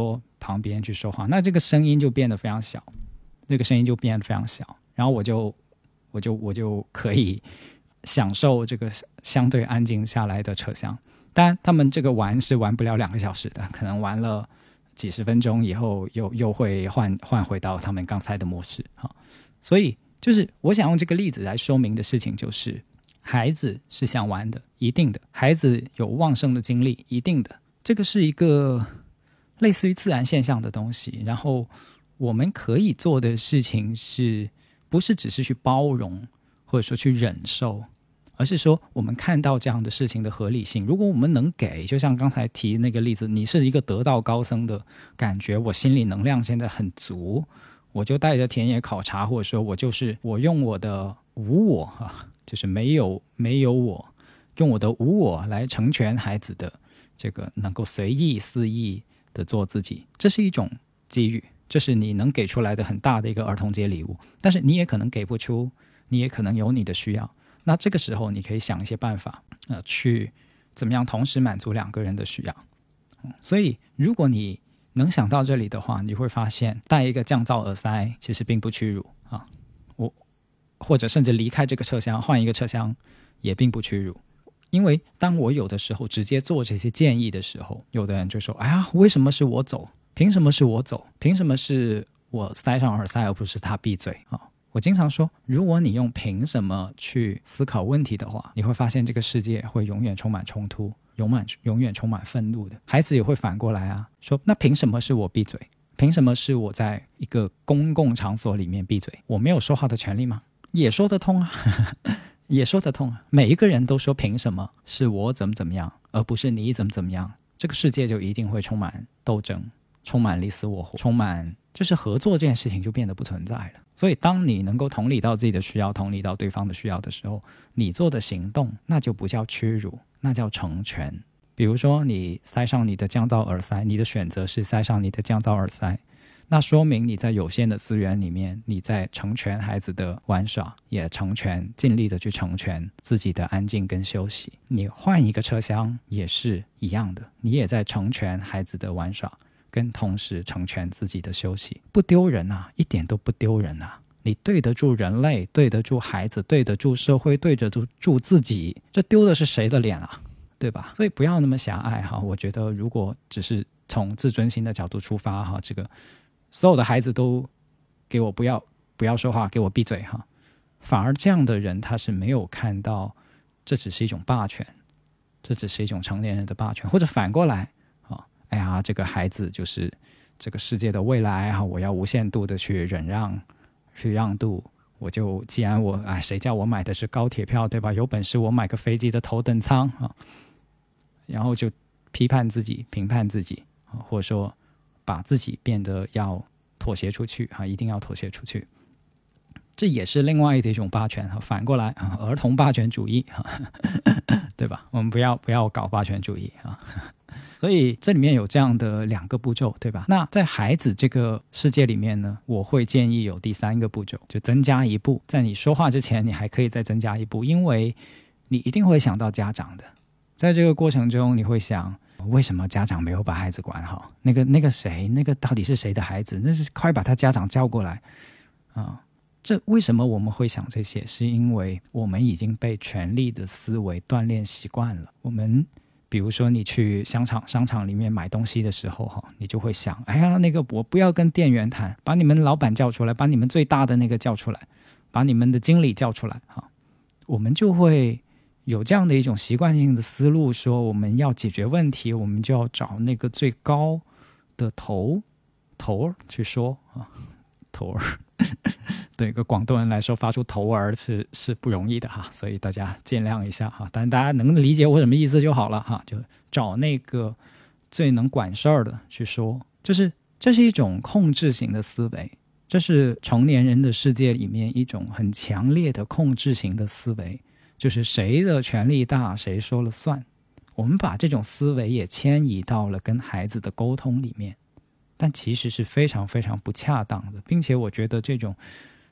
A: 旁边去说话，那这个声音就变得非常小，这个声音就变得非常小，然后我就我就我就可以享受这个相对安静下来的车厢。当然他们这个玩是玩不了两个小时的，可能玩了几十分钟以后又又会换换回到他们刚才的模式。所以就是我想用这个例子来说明的事情，就是孩子是想玩的，一定的，孩子有旺盛的精力，一定的，这个是一个类似于自然现象的东西。然后我们可以做的事情是不是只是去包容或者说去忍受，而是说我们看到这样的事情的合理性。如果我们能给，就像刚才提那个例子，你是一个得道高僧的感觉，我心理能量现在很足，我就带着田野考察，或者说我就是我用我的无我啊，就是没有没有我，用我的无我来成全孩子的这个能够随意肆意的做自己，这是一种机遇，这是你能给出来的很大的一个儿童节礼物。但是你也可能给不出，你也可能有你的需要，那这个时候你可以想一些办法，呃，去怎么样同时满足两个人的需要。嗯、所以如果你能想到这里的话，你会发现戴一个降噪耳塞其实并不屈辱啊，我或者甚至离开这个车厢换一个车厢也并不屈辱。因为当我有的时候直接做这些建议的时候，有的人就说，哎呀，为什么是我走？凭什么是我走？凭什么是我塞上耳塞而不是他闭嘴啊？我经常说，如果你用凭什么去思考问题的话，你会发现这个世界会永远充满冲突，永远永远充满愤怒的。孩子也会反过来啊，说那凭什么是我闭嘴？凭什么是我在一个公共场所里面闭嘴？我没有说话的权利吗？也说得通啊也说得通啊。每一个人都说凭什么是我怎么怎么样，而不是你怎么怎么样，这个世界就一定会充满斗争，充满你死我活，充满就是合作这件事情就变得不存在了。所以当你能够同理到自己的需要，同理到对方的需要的时候，你做的行动那就不叫屈辱，那叫成全。比如说你塞上你的降噪耳塞，你的选择是塞上你的降噪耳塞，那说明你在有限的资源里面，你在成全孩子的玩耍，也成全尽力的去成全自己的安静跟休息。你换一个车厢也是一样的，你也在成全孩子的玩耍，跟同时成全自己的休息，不丢人啊，一点都不丢人啊。你对得住人类，对得住孩子，对得住社会，对得住自己，这丢的是谁的脸啊？对吧？所以不要那么狭隘哈。我觉得如果只是从自尊心的角度出发哈，这个所有的孩子都给我不要不要说话，给我闭嘴哈，反而这样的人他是没有看到这只是一种霸权，这只是一种成年人的霸权，或者反过来哎呀，这个孩子就是这个世界的未来，我要无限度的去忍让，去让渡。我就既然我哎，谁叫我买的是高铁票，对吧？有本事我买个飞机的头等舱啊！然后就批判自己，评判自己，或者说把自己变得要妥协出去啊，一定要妥协出去。这也是另外的一种霸权。反过来啊，儿童霸权主义啊，对吧？我们不要不要搞霸权主义啊。所以这里面有这样的两个步骤，对吧？那在孩子这个世界里面呢，我会建议有第三个步骤，就增加一步。在你说话之前，你还可以再增加一步，因为你一定会想到家长的。在这个过程中，你会想，为什么家长没有把孩子管好？那个那个谁，那个到底是谁的孩子？那是快把他家长叫过来啊！这为什么我们会想这些？是因为我们已经被权力的思维锻炼习惯了。我们比如说你去商场商场里面买东西的时候，你就会想，哎呀，那个我不要跟店员谈，把你们老板叫出来，把你们最大的那个叫出来，把你们的经理叫出来。我们就会有这样的一种习惯性的思路，说我们要解决问题，我们就要找那个最高的头头去说啊，头儿。对一个广东人来说，发出头儿是是不容易的哈，所以大家见谅一下哈。但大家能理解我什么意思就好了哈，就找那个最能管事儿的去说，就是这是一种控制型的思维，这是成年人的世界里面一种很强烈的控制型的思维，就是谁的权力大谁说了算。我们把这种思维也迁移到了跟孩子的沟通里面，但其实是非常非常不恰当的，并且我觉得这种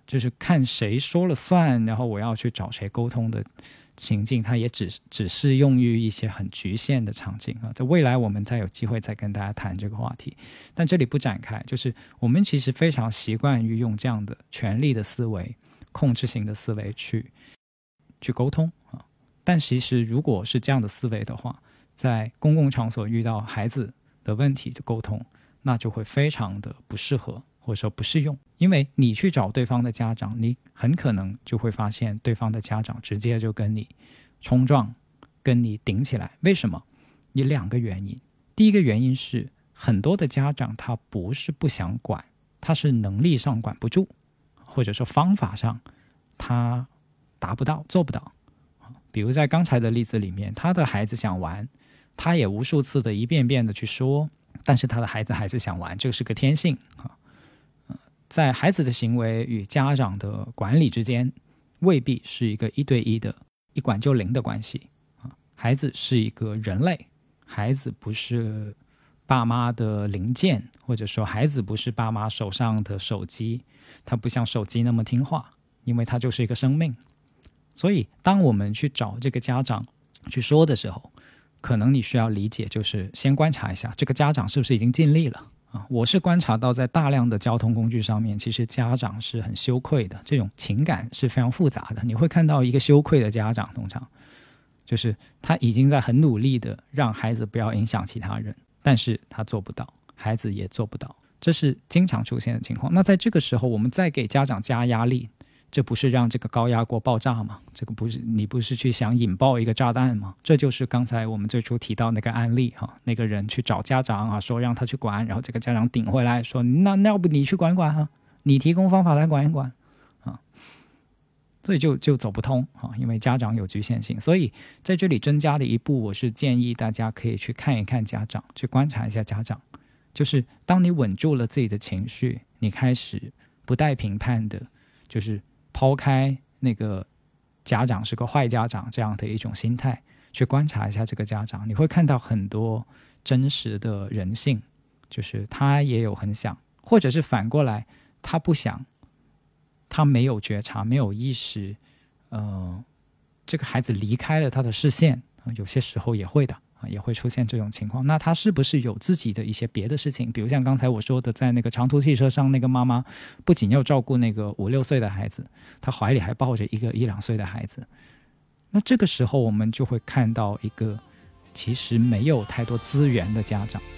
A: 就是看谁说了算，然后我要去找谁沟通的情境，它也只只适用于一些很局限的场景啊。在未来我们再有机会再跟大家谈这个话题，但这里不展开。就是我们其实非常习惯于用这样的权力的思维、控制型的思维去去沟通啊。但其实如果是这样的思维的话，在公共场所遇到孩子的问题的沟通，那就会非常的不适合，或者说不适用。因为你去找对方的家长，你很可能就会发现对方的家长直接就跟你冲撞，跟你顶起来。为什么？有两个原因。第一个原因是很多的家长他不是不想管，他是能力上管不住，或者说方法上他达不到，做不到。比如在刚才的例子里面，他的孩子想玩，他也无数次的一遍遍的去说，但是他的孩子还是想玩，这个是个天性。在孩子的行为与家长的管理之间，未必是一个一对一的一管就灵的关系。孩子是一个人类，孩子不是爸妈的零件，或者说孩子不是爸妈手上的手机，他不像手机那么听话，因为他就是一个生命。所以当我们去找这个家长去说的时候，可能你需要理解，就是先观察一下这个家长是不是已经尽力了啊。我是观察到在大量的交通工具上面，其实家长是很羞愧的，这种情感是非常复杂的。你会看到一个羞愧的家长，通常就是他已经在很努力的让孩子不要影响其他人，但是他做不到，孩子也做不到，这是经常出现的情况。那在这个时候我们再给家长加压力，这不是让这个高压锅爆炸吗？这个不是你不是去想引爆一个炸弹吗？这就是刚才我们最初提到那个案例哈，那个人去找家长啊，说让他去管，然后这个家长顶回来说，那那要不你去管管啊，你提供方法来管一管啊，所以就就走不通啊，因为家长有局限性。所以在这里增加的一步，我是建议大家可以去看一看家长，去观察一下家长，就是当你稳住了自己的情绪，你开始不带评判的，就是抛开那个家长是个坏家长这样的一种心态，去观察一下这个家长，你会看到很多真实的人性，就是他也有很想，或者是反过来他不想，他没有觉察，没有意识，呃，这个孩子离开了他的视线，有些时候也会的，也会出现这种情况。那他是不是有自己的一些别的事情，比如像刚才我说的，在那个长途汽车上，那个妈妈不仅要照顾那个五六岁的孩子，她怀里还抱着一个一两岁的孩子。那这个时候我们就会看到一个其实没有太多资源的家长。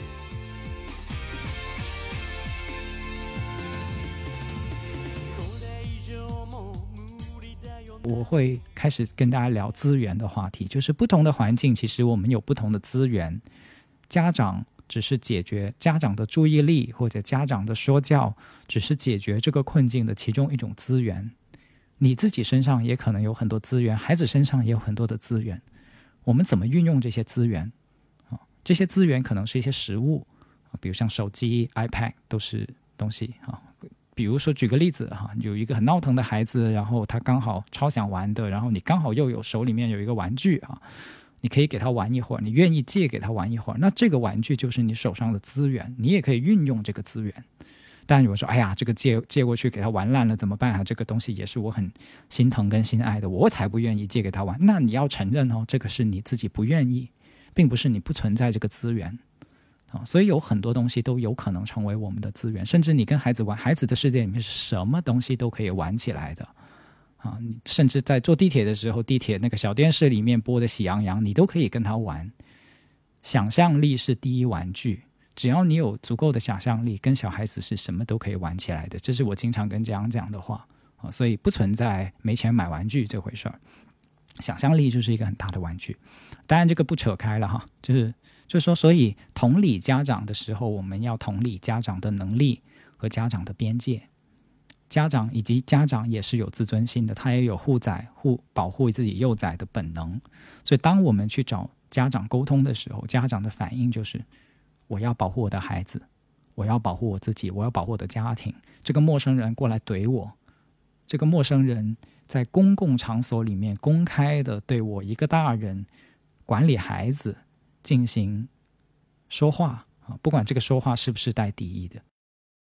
A: 我会开始跟大家聊资源的话题，就是不同的环境其实我们有不同的资源，家长只是解决家长的注意力，或者家长的说教只是解决这个困境的其中一种资源。你自己身上也可能有很多资源，孩子身上也有很多的资源，我们怎么运用这些资源？这些资源可能是一些实物，比如像手机 iPad 都是东西。比如说举个例子哈，有一个很闹腾的孩子，然后他刚好超想玩的，然后你刚好又有手里面有一个玩具啊，你可以给他玩一会儿，你愿意借给他玩一会儿，那这个玩具就是你手上的资源，你也可以运用这个资源。但如果说哎呀这个借借过去给他玩烂了怎么办啊，这个东西也是我很心疼跟心爱的，我才不愿意借给他玩。那你要承认哦，这个是你自己不愿意，并不是你不存在这个资源。所以有很多东西都有可能成为我们的资源，甚至你跟孩子玩，孩子的世界里面是什么东西都可以玩起来的啊！你甚至在坐地铁的时候，地铁那个小电视里面播的喜羊羊，你都可以跟他玩。想象力是第一玩具，只要你有足够的想象力，跟小孩子是什么都可以玩起来的，这是我经常跟家长讲的话啊！所以不存在没钱买玩具这回事儿，想象力就是一个很大的玩具。当然这个不扯开了哈，就是就是说，所以同理家长的时候，我们要同理家长的能力和家长的边界。家长以及家长也是有自尊心的，他也有护崽、护保护自己幼崽的本能。所以当我们去找家长沟通的时候，家长的反应就是我要保护我的孩子，我要保护我自己，我要保护我的家庭。这个陌生人过来怼我，这个陌生人在公共场所里面公开的对我一个大人管理孩子进行说话，不管这个说话是不是带敌意的。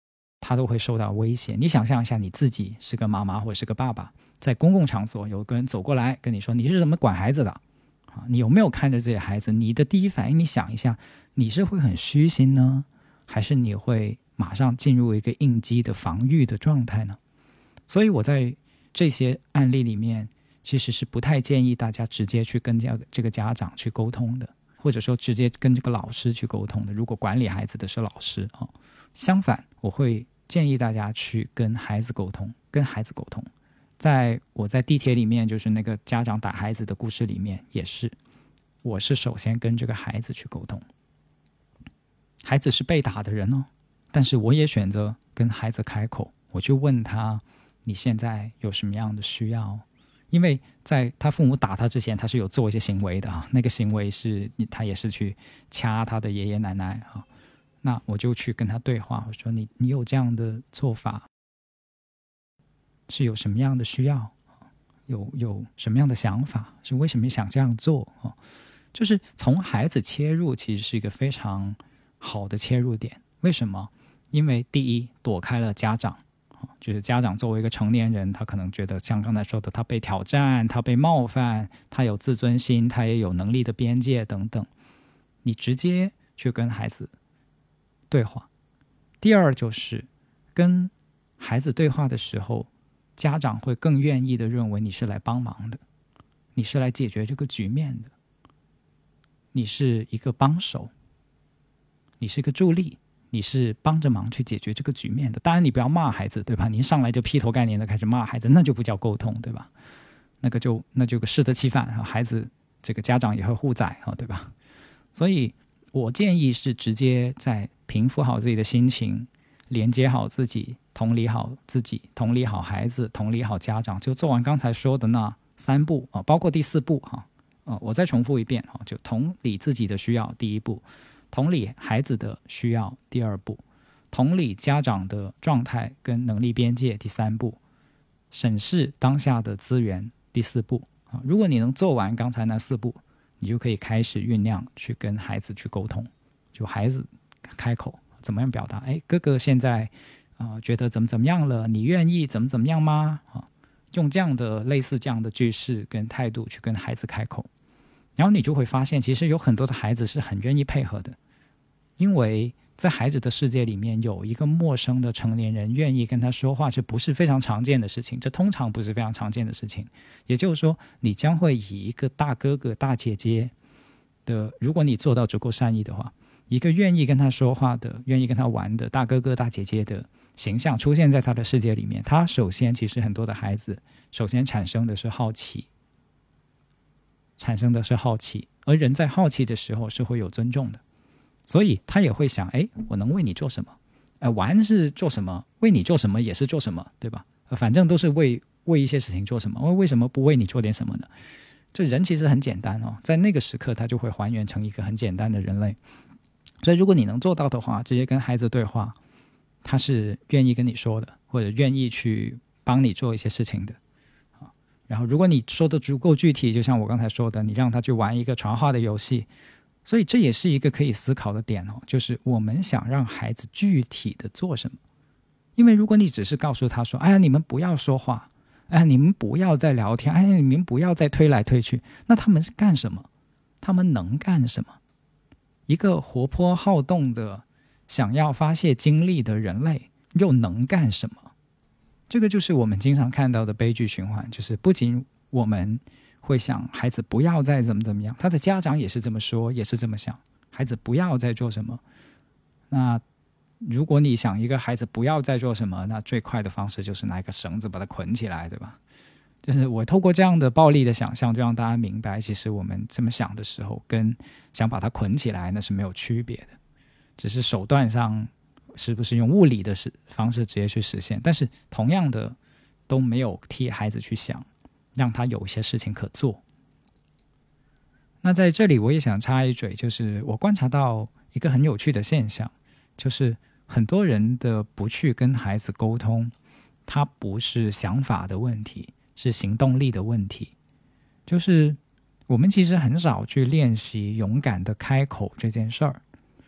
A: 他都会受到威胁。你想象一下，你自己是个妈妈或者是个爸爸，在公共场所有个人走过来跟你说你是怎么管孩子的啊？你有没有看着这些孩子？你的第一反应，你想一下，你是会很虚心呢，还是你会马上进入一个应激的防御的状态呢？所以我在这些案例里面，其实是不太建议大家直接去跟这个家长去沟通的，或者说直接跟这个老师去沟通的。如果管理孩子的是老师啊，相反，我会建议大家去跟孩子沟通，跟孩子沟通。在我在地铁里面，就是那个家长打孩子的故事里面，也是，我是首先跟这个孩子去沟通。孩子是被打的人哦，但是我也选择跟孩子开口，我去问他，你现在有什么样的需要？因为在他父母打他之前，他是有做一些行为的啊，那个行为是他也是去掐他的爷爷奶奶啊。那我就去跟他对话，我说你你有这样的做法，是有什么样的需要？有有什么样的想法？是为什么想这样做？就是从孩子切入，其实是一个非常好的切入点。为什么？因为第一，躲开了家长，就是家长作为一个成年人，他可能觉得像刚才说的，他被挑战，他被冒犯，他有自尊心，他也有能力的边界等等。你直接去跟孩子对话。第二，就是跟孩子对话的时候，家长会更愿意的认为你是来帮忙的，你是来解决这个局面的，你是一个帮手，你是一个助力，你是帮着忙去解决这个局面的。当然你不要骂孩子，对吧？你上来就劈头盖脸的开始骂孩子，那就不叫沟通，对吧？那个就那就适得其反，孩子这个家长也会护崽，对吧？所以我建议是直接在平复好自己的心情，连接好自己，同理好自己，同理好孩子，同理好家长，就做完刚才说的那三步，包括第四步，我再重复一遍，就同理自己的需要第一步，同理孩子的需要第二步，同理家长的状态跟能力边界第三步，审视当下的资源第四步。如果你能做完刚才那四步，你就可以开始酝酿去跟孩子去沟通。就孩子开口怎么样表达，哎，哥哥现在、呃、觉得怎么怎么样了，你愿意怎么怎么样吗？啊，用这样的类似这样的句式跟态度去跟孩子开口，然后你就会发现其实有很多的孩子是很愿意配合的。因为在孩子的世界里面，有一个陌生的成年人愿意跟他说话，这不是非常常见的事情，这通常不是非常常见的事情。也就是说，你将会以一个大哥哥大姐姐的，如果你做到足够善意的话，一个愿意跟他说话的，愿意跟他玩的大哥哥大姐姐的形象出现在他的世界里面。他首先其实很多的孩子首先产生的是好奇，产生的是好奇，而人在好奇的时候是会有尊重的，所以他也会想，哎，我能为你做什么？呃，玩是做什么，为你做什么也是做什么，对吧？反正都是为为一些事情做什么，为什么不为你做点什么呢？这人其实很简单哦，在那个时刻他就会还原成一个很简单的人类。所以如果你能做到的话，直接跟孩子对话，他是愿意跟你说的，或者愿意去帮你做一些事情的。然后如果你说的足够具体，就像我刚才说的，你让他去玩一个传话的游戏，所以这也是一个可以思考的点哦，就是我们想让孩子具体的做什么。因为如果你只是告诉他说，哎呀，你们不要说话，哎呀，你们不要再聊天，哎呀，你们不要再推来推去，那他们是干什么？他们能干什么？一个活泼好动的想要发泄精力的人类又能干什么？这个就是我们经常看到的悲剧循环，就是不仅我们会想孩子不要再怎么怎么样，他的家长也是这么说，也是这么想，孩子不要再做什么。那如果你想一个孩子不要再做什么，那最快的方式就是拿一个绳子把他捆起来，对吧？就是我透过这样的暴力的想象，就让大家明白，其实我们这么想的时候，跟想把它捆起来那是没有区别的，只是手段上是不是用物理的方式直接去实现，但是同样的都没有替孩子去想，让他有一些事情可做。那在这里我也想插一嘴，就是我观察到一个很有趣的现象，就是很多人的不去跟孩子沟通，它不是想法的问题，是行动力的问题。就是我们其实很少去练习勇敢的开口这件事儿。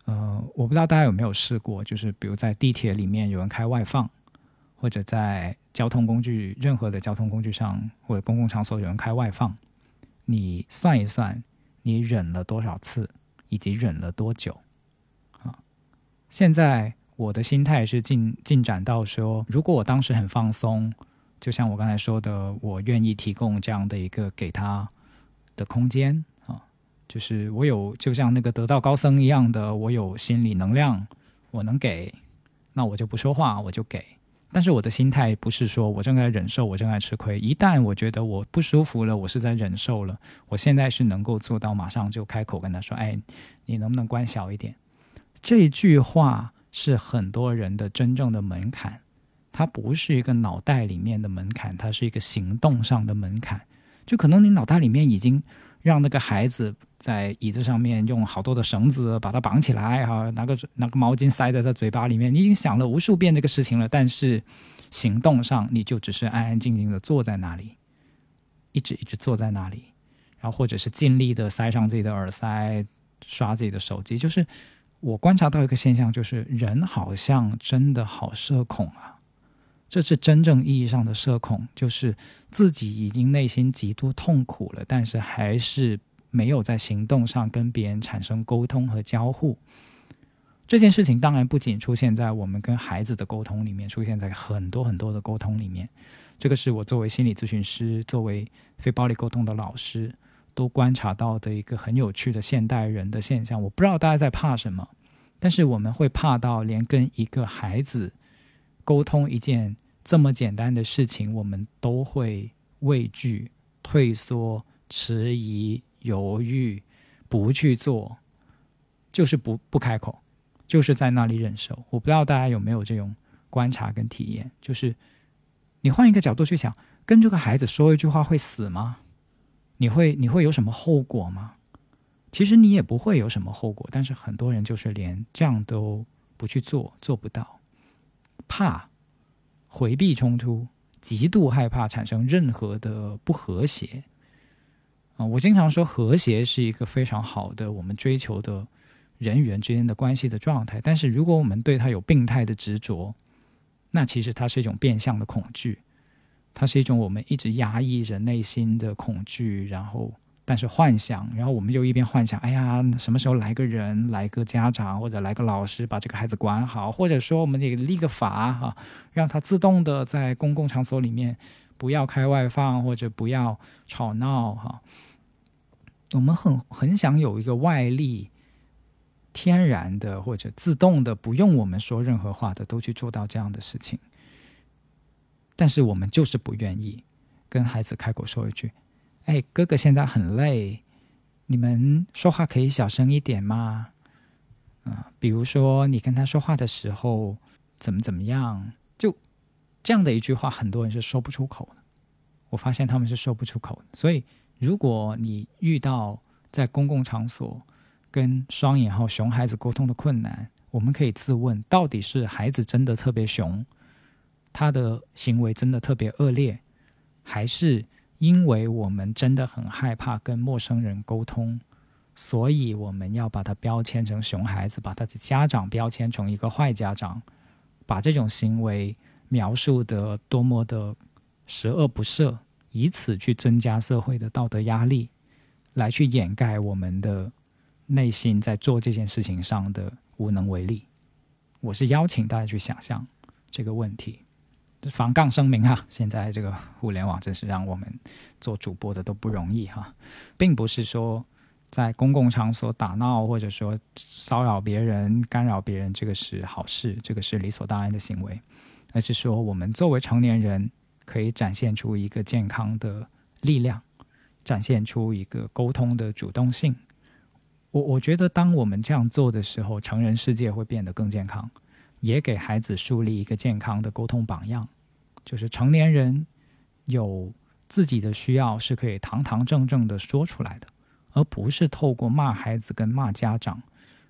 A: 呃，我不知道大家有没有试过，就是比如在地铁里面有人开外放，或者在交通工具任何的交通工具上或者公共场所有人开外放，你算一算你忍了多少次以及忍了多久啊？现在我的心态是进进展到说，如果我当时很放松，就像我刚才说的，我愿意提供这样的一个给他的空间啊，就是我有就像那个得道高僧一样的，我有心理能量，我能给，那我就不说话，我就给。但是我的心态不是说我正在忍受，我正在吃亏。一旦我觉得我不舒服了，我是在忍受了，我现在是能够做到马上就开口跟他说：“哎，你能不能关小一点？”这句话是很多人的真正的门槛，它不是一个脑袋里面的门槛，它是一个行动上的门槛。就可能你脑袋里面已经让那个孩子在椅子上面用好多的绳子把他绑起来，拿个拿个毛巾塞在他嘴巴里面，你已经想了无数遍这个事情了，但是行动上你就只是安安静静的坐在那里，一直一直坐在那里，然后或者是尽力的塞上自己的耳塞，刷自己的手机。就是我观察到一个现象，就是人好像真的好社恐啊，这是真正意义上的社恐，就是自己已经内心极度痛苦了，但是还是没有在行动上跟别人产生沟通和交互。这件事情当然不仅出现在我们跟孩子的沟通里面，出现在很多很多的沟通里面。这个是我作为心理咨询师，作为非暴力沟通的老师都观察到的一个很有趣的现代人的现象。我不知道大家在怕什么，但是我们会怕到连跟一个孩子沟通一件这么简单的事情，我们都会畏惧、退缩、迟疑、犹豫，不去做，就是不不开口，就是在那里忍受。我不知道大家有没有这种观察跟体验，就是你换一个角度去想，跟这个孩子说一句话会死吗？你会你会有什么后果吗？其实你也不会有什么后果，但是很多人就是连这样都不去做，做不到，怕回避冲突，极度害怕产生任何的不和谐。啊，我经常说和谐是一个非常好的我们追求的人与人之间的关系的状态，但是如果我们对它有病态的执着，那其实它是一种变相的恐惧，它是一种我们一直压抑着内心的恐惧，然后但是幻想，然后我们就一边幻想，哎呀，什么时候来个人，来个家长或者来个老师把这个孩子管好，或者说我们也立个法哈，让他自动的在公共场所里面不要开外放或者不要吵闹哈。我们很很想有一个外力，天然的或者自动的，不用我们说任何话的都去做到这样的事情，但是我们就是不愿意跟孩子开口说一句：“哎，哥哥现在很累，你们说话可以小声一点吗？”啊，比如说你跟他说话的时候怎么怎么样，就这样的一句话，很多人是说不出口的。我发现他们是说不出口的。所以，如果你遇到在公共场所跟双引号熊孩子沟通的困难，我们可以自问，到底是孩子真的特别熊，他的行为真的特别恶劣，还是因为我们真的很害怕跟陌生人沟通，所以我们要把他标签成熊孩子，把他的家长标签成一个坏家长，把这种行为描述得多么的十恶不赦，以此去增加社会的道德压力，来去掩盖我们的内心在做这件事情上的无能为力。我是邀请大家去想象这个问题。防杠声明哈，现在这个互联网真是让我们做主播的都不容易哈，并不是说在公共场所打闹或者说骚扰别人、干扰别人，这个是好事，这个是理所当然的行为，而是说我们作为成年人可以展现出一个健康的力量，展现出一个沟通的主动性。我我觉得当我们这样做的时候，成人世界会变得更健康，也给孩子树立一个健康的沟通榜样，就是成年人有自己的需要是可以堂堂正正的说出来的，而不是透过骂孩子跟骂家长，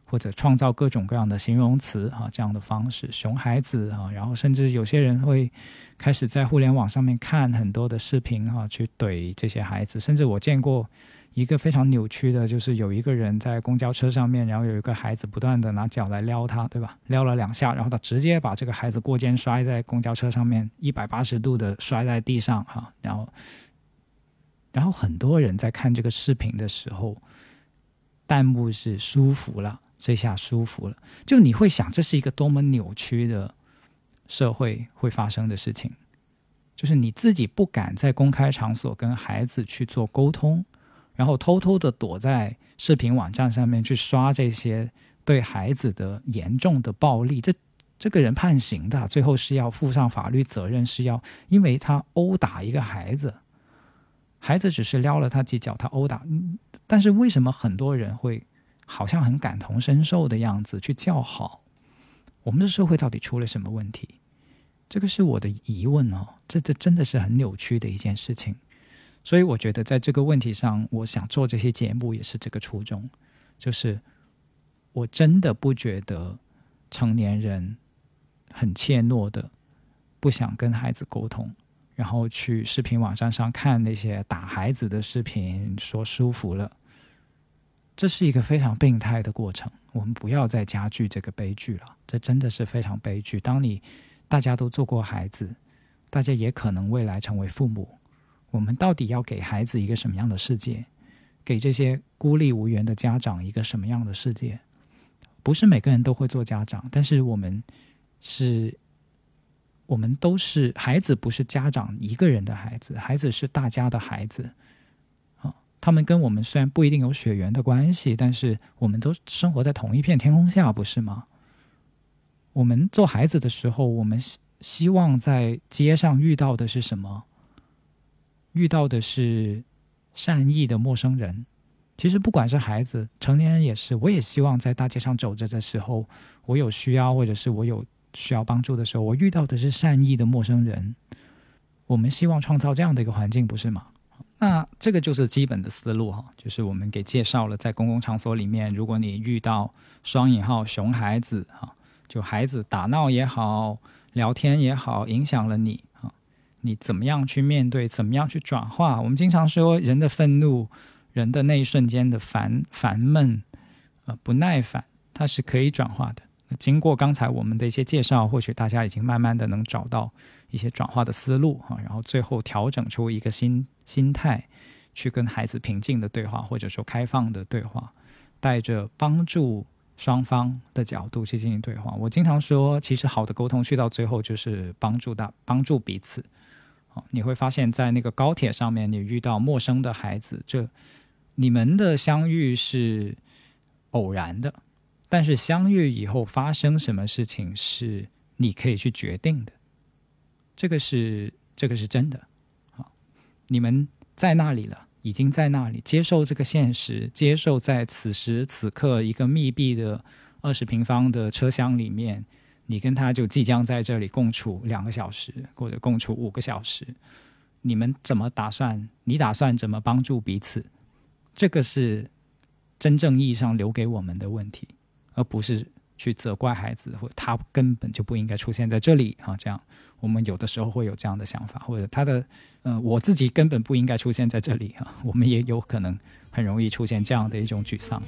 A: 或者创造各种各样的形容词啊，这样的方式，熊孩子啊，然后甚至有些人会开始在互联网上面看很多的视频啊，去怼这些孩子。甚至我见过一个非常扭曲的，就是有一个人在公交车上面，然后有一个孩子不断的拿脚来撩他，对吧？撩了两下，然后他直接把这个孩子过肩摔在公交车上面，一百八十度的摔在地上哈，然后，然后很多人在看这个视频的时候，弹幕是舒服了，这下舒服了，就你会想这是一个多么扭曲的社会会发生的事情，就是你自己不敢在公开场所跟孩子去做沟通，然后偷偷的躲在视频网站上面去刷这些对孩子的严重的暴力，这这个人判刑的，最后是要负上法律责任，是要因为他殴打一个孩子，孩子只是撩了他几脚，他殴打，但是为什么很多人会好像很感同身受的样子去叫好？我们的社会到底出了什么问题？这个是我的疑问哦，这这真的是很扭曲的一件事情。所以我觉得在这个问题上，我想做这些节目也是这个初衷，就是我真的不觉得成年人很怯懦的不想跟孩子沟通，然后去视频网站上看那些打孩子的视频，说舒服了，这是一个非常病态的过程。我们不要再加剧这个悲剧了，这真的是非常悲剧。当你大家都做过孩子，大家也可能未来成为父母，我们到底要给孩子一个什么样的世界？给这些孤立无援的家长一个什么样的世界？不是每个人都会做家长，但是我们是我们都是孩子，不是家长一个人的孩子，孩子是大家的孩子。他们跟我们虽然不一定有血缘的关系，但是我们都生活在同一片天空下，不是吗？我们做孩子的时候，我们希望在街上遇到的是什么？遇到的是善意的陌生人。其实不管是孩子，成年人也是，我也希望在大街上走着的时候，我有需要或者是我有需要帮助的时候，我遇到的是善意的陌生人。我们希望创造这样的一个环境，不是吗？那这个就是基本的思路哈，就是我们给介绍了，在公共场所里面，如果你遇到双引号熊孩子哈，就孩子打闹也好，聊天也好，影响了你哈，你怎么样去面对，怎么样去转化？我们经常说，人的愤怒，人的那一瞬间的烦烦闷、呃不耐烦，它是可以转化的。经过刚才我们的一些介绍，或许大家已经慢慢的能找到一些转化的思路，然后最后调整出一个新心态，去跟孩子平静的对话，或者说开放的对话，带着帮助双方的角度去进行对话。我经常说，其实好的沟通去到最后就是帮助大帮助彼此。你会发现在那个高铁上面，你遇到陌生的孩子，这你们的相遇是偶然的，但是相遇以后发生什么事情是你可以去决定的，这个是这个是真的。你们在那里了，已经在那里，接受这个现实，接受在此时此刻一个密闭的二十平方的车厢里面，你跟他就即将在这里共处两个小时，或者共处五个小时，你们怎么打算？你打算怎么帮助彼此？这个是真正意义上留给我们的问题，而不是去责怪孩子，或者他根本就不应该出现在这里啊。这样，我们有的时候会有这样的想法，或者他的呃，我自己根本不应该出现在这里啊。我们也有可能很容易出现这样的一种沮丧。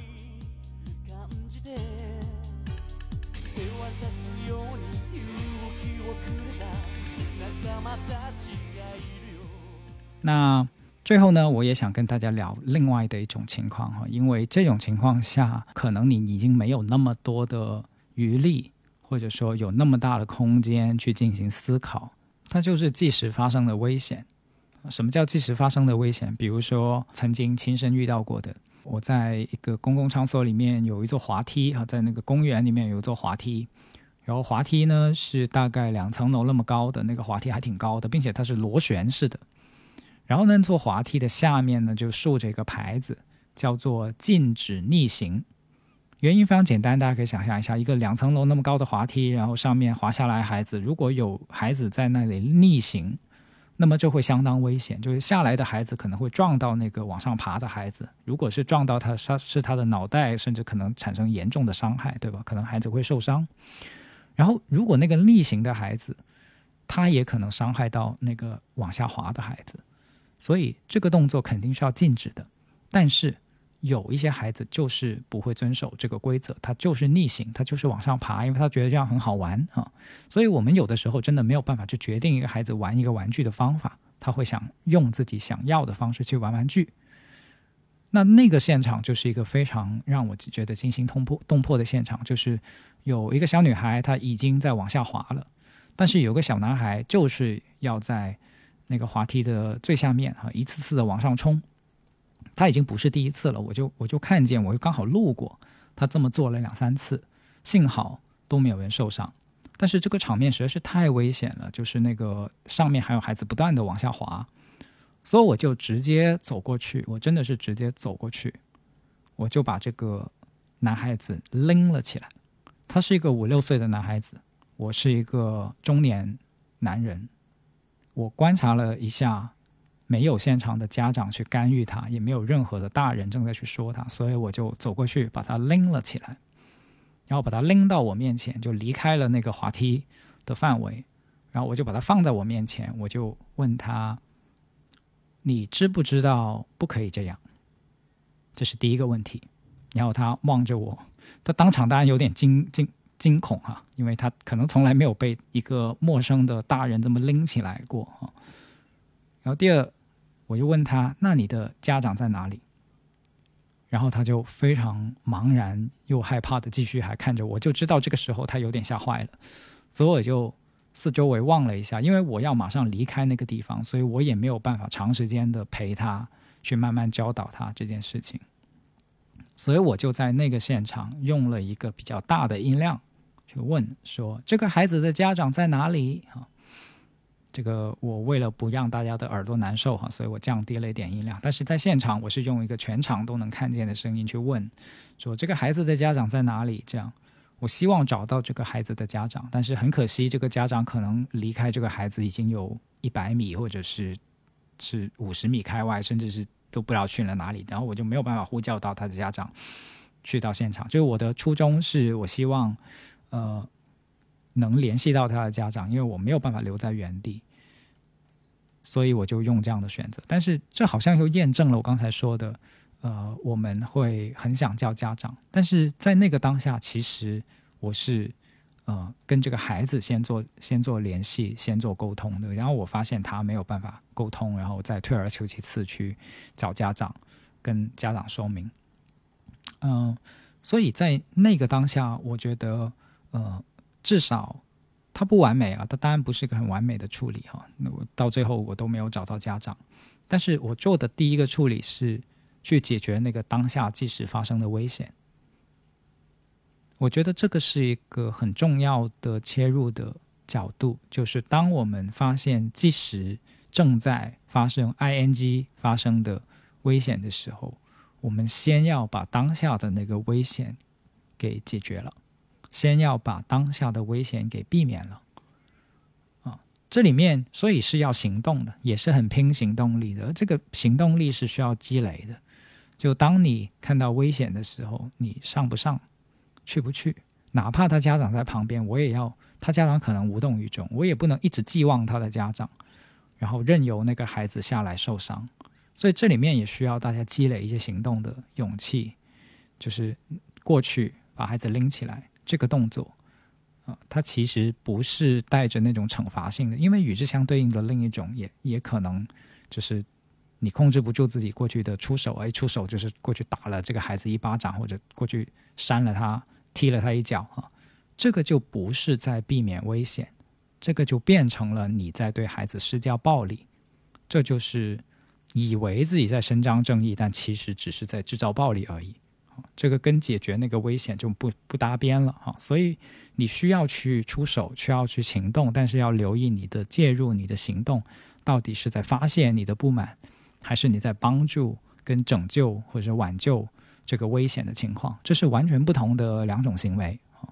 A: 那最后呢，我也想跟大家聊另外的一种情况，因为这种情况下可能你已经没有那么多的余力，或者说有那么大的空间去进行思考，它就是即时发生的危险。什么叫即时发生的危险？比如说曾经亲身遇到过的，我在一个公共场所里面有一座滑梯，在那个公园里面有一座滑梯，然后滑梯呢是大概两层楼那么高的，那个滑梯还挺高的，并且它是螺旋式的。然后那座滑梯的下面呢就竖着一个牌子，叫做禁止逆行。原因非常简单，大家可以想象一下，一个两层楼那么高的滑梯，然后上面滑下来孩子，如果有孩子在那里逆行， 那么这会相当危险，就是下来的孩子可能会撞到那个往上爬的孩子，如果是撞到他是他的脑袋，甚至可能产生严重的伤害，对吧？可能孩子会受伤。然后如果那个逆行的孩子，他也可能伤害到那个往下滑的孩子，所以这个动作肯定是要禁止的。但是有一些孩子就是不会遵守这个规则，他就是逆行，他就是往上爬，因为他觉得这样很好玩啊。所以我们有的时候真的没有办法去决定一个孩子玩一个玩具的方法，他会想用自己想要的方式去玩玩具。那那个现场就是一个非常让我觉得惊心动魄动魄的现场，就是有一个小女孩她已经在往下滑了，但是有个小男孩就是要在那个滑梯的最下面一次次的往上冲。他已经不是第一次了，我就我就看见，我就刚好路过，他这么做了两三次，幸好都没有人受伤。但是这个场面实在是太危险了，就是那个上面还有孩子不断的往下滑，所以我就直接走过去，我真的是直接走过去，我就把这个男孩子拎了起来。他是一个五六岁的男孩子，我是一个中年男人，我观察了一下，没有现场的家长去干预他，也没有任何的大人正在去说他，所以我就走过去把他拎了起来，然后把他拎到我面前，就离开了那个滑梯的范围，然后我就把他放在我面前，我就问他，你知不知道不可以这样？这是第一个问题。然后他望着我，他当场当然有点惊惊惊恐啊，因为他可能从来没有被一个陌生的大人这么拎起来过啊。然后第二，我就问他，那你的家长在哪里？然后他就非常茫然又害怕的继续还看着我，就知道这个时候他有点吓坏了，所以我就四周围望了一下，因为我要马上离开那个地方，所以我也没有办法长时间的陪他去慢慢教导他这件事情，所以我就在那个现场用了一个比较大的音量去问说，这个孩子的家长在哪里？这个我为了不让大家的耳朵难受哈，所以我降低了一点音量。但是在现场，我是用一个全场都能看见的声音去问，说这个孩子的家长在哪里？这样，我希望找到这个孩子的家长，但是很可惜，这个家长可能离开这个孩子已经有一百米，或者是是五十米开外，甚至是都不知道去了哪里。然后我就没有办法呼叫到他的家长去到现场。就是我的初衷是我希望，呃。能联系到他的家长，因为我没有办法留在原地，所以我就用这样的选择。但是这好像又验证了我刚才说的，呃，我们会很想叫家长，但是在那个当下，其实我是呃跟这个孩子先做先做联系，先做沟通的。然后我发现他没有办法沟通，然后再退而求其次去找家长，跟家长说明。嗯、呃，所以在那个当下，我觉得呃。至少它不完美啊，它当然不是一个很完美的处理哈。那我到最后我都没有找到家长，但是我做的第一个处理是去解决那个当下即时发生的危险。我觉得这个是一个很重要的切入的角度，就是当我们发现即时正在发生 I N G 发生的危险的时候，我们先要把当下的那个危险给解决了。先要把当下的危险给避免了，啊，这里面所以是要行动的，也是很拼行动力的。这个行动力是需要积累的。就当你看到危险的时候，你上不上，去不去，哪怕他家长在旁边，我也要，他家长可能无动于衷，我也不能一直寄望他的家长，然后任由那个孩子下来受伤。所以这里面也需要大家积累一些行动的勇气，就是过去把孩子拎起来。这个动作、呃、它其实不是带着那种惩罚性的，因为与之相对应的另一种 也, 也可能就是你控制不住自己过去的出手，而出手就是过去打了这个孩子一巴掌，或者过去扇了他踢了他一脚、啊、这个就不是在避免危险，这个就变成了你在对孩子施加暴力，这就是以为自己在伸张正义，但其实只是在制造暴力而已。这个跟解决那个危险就不不搭边了，所以你需要去出手，需要去行动，但是要留意你的介入，你的行动到底是在发泄你的不满，还是你在帮助跟拯救或者挽救这个危险的情况，这是完全不同的两种行为。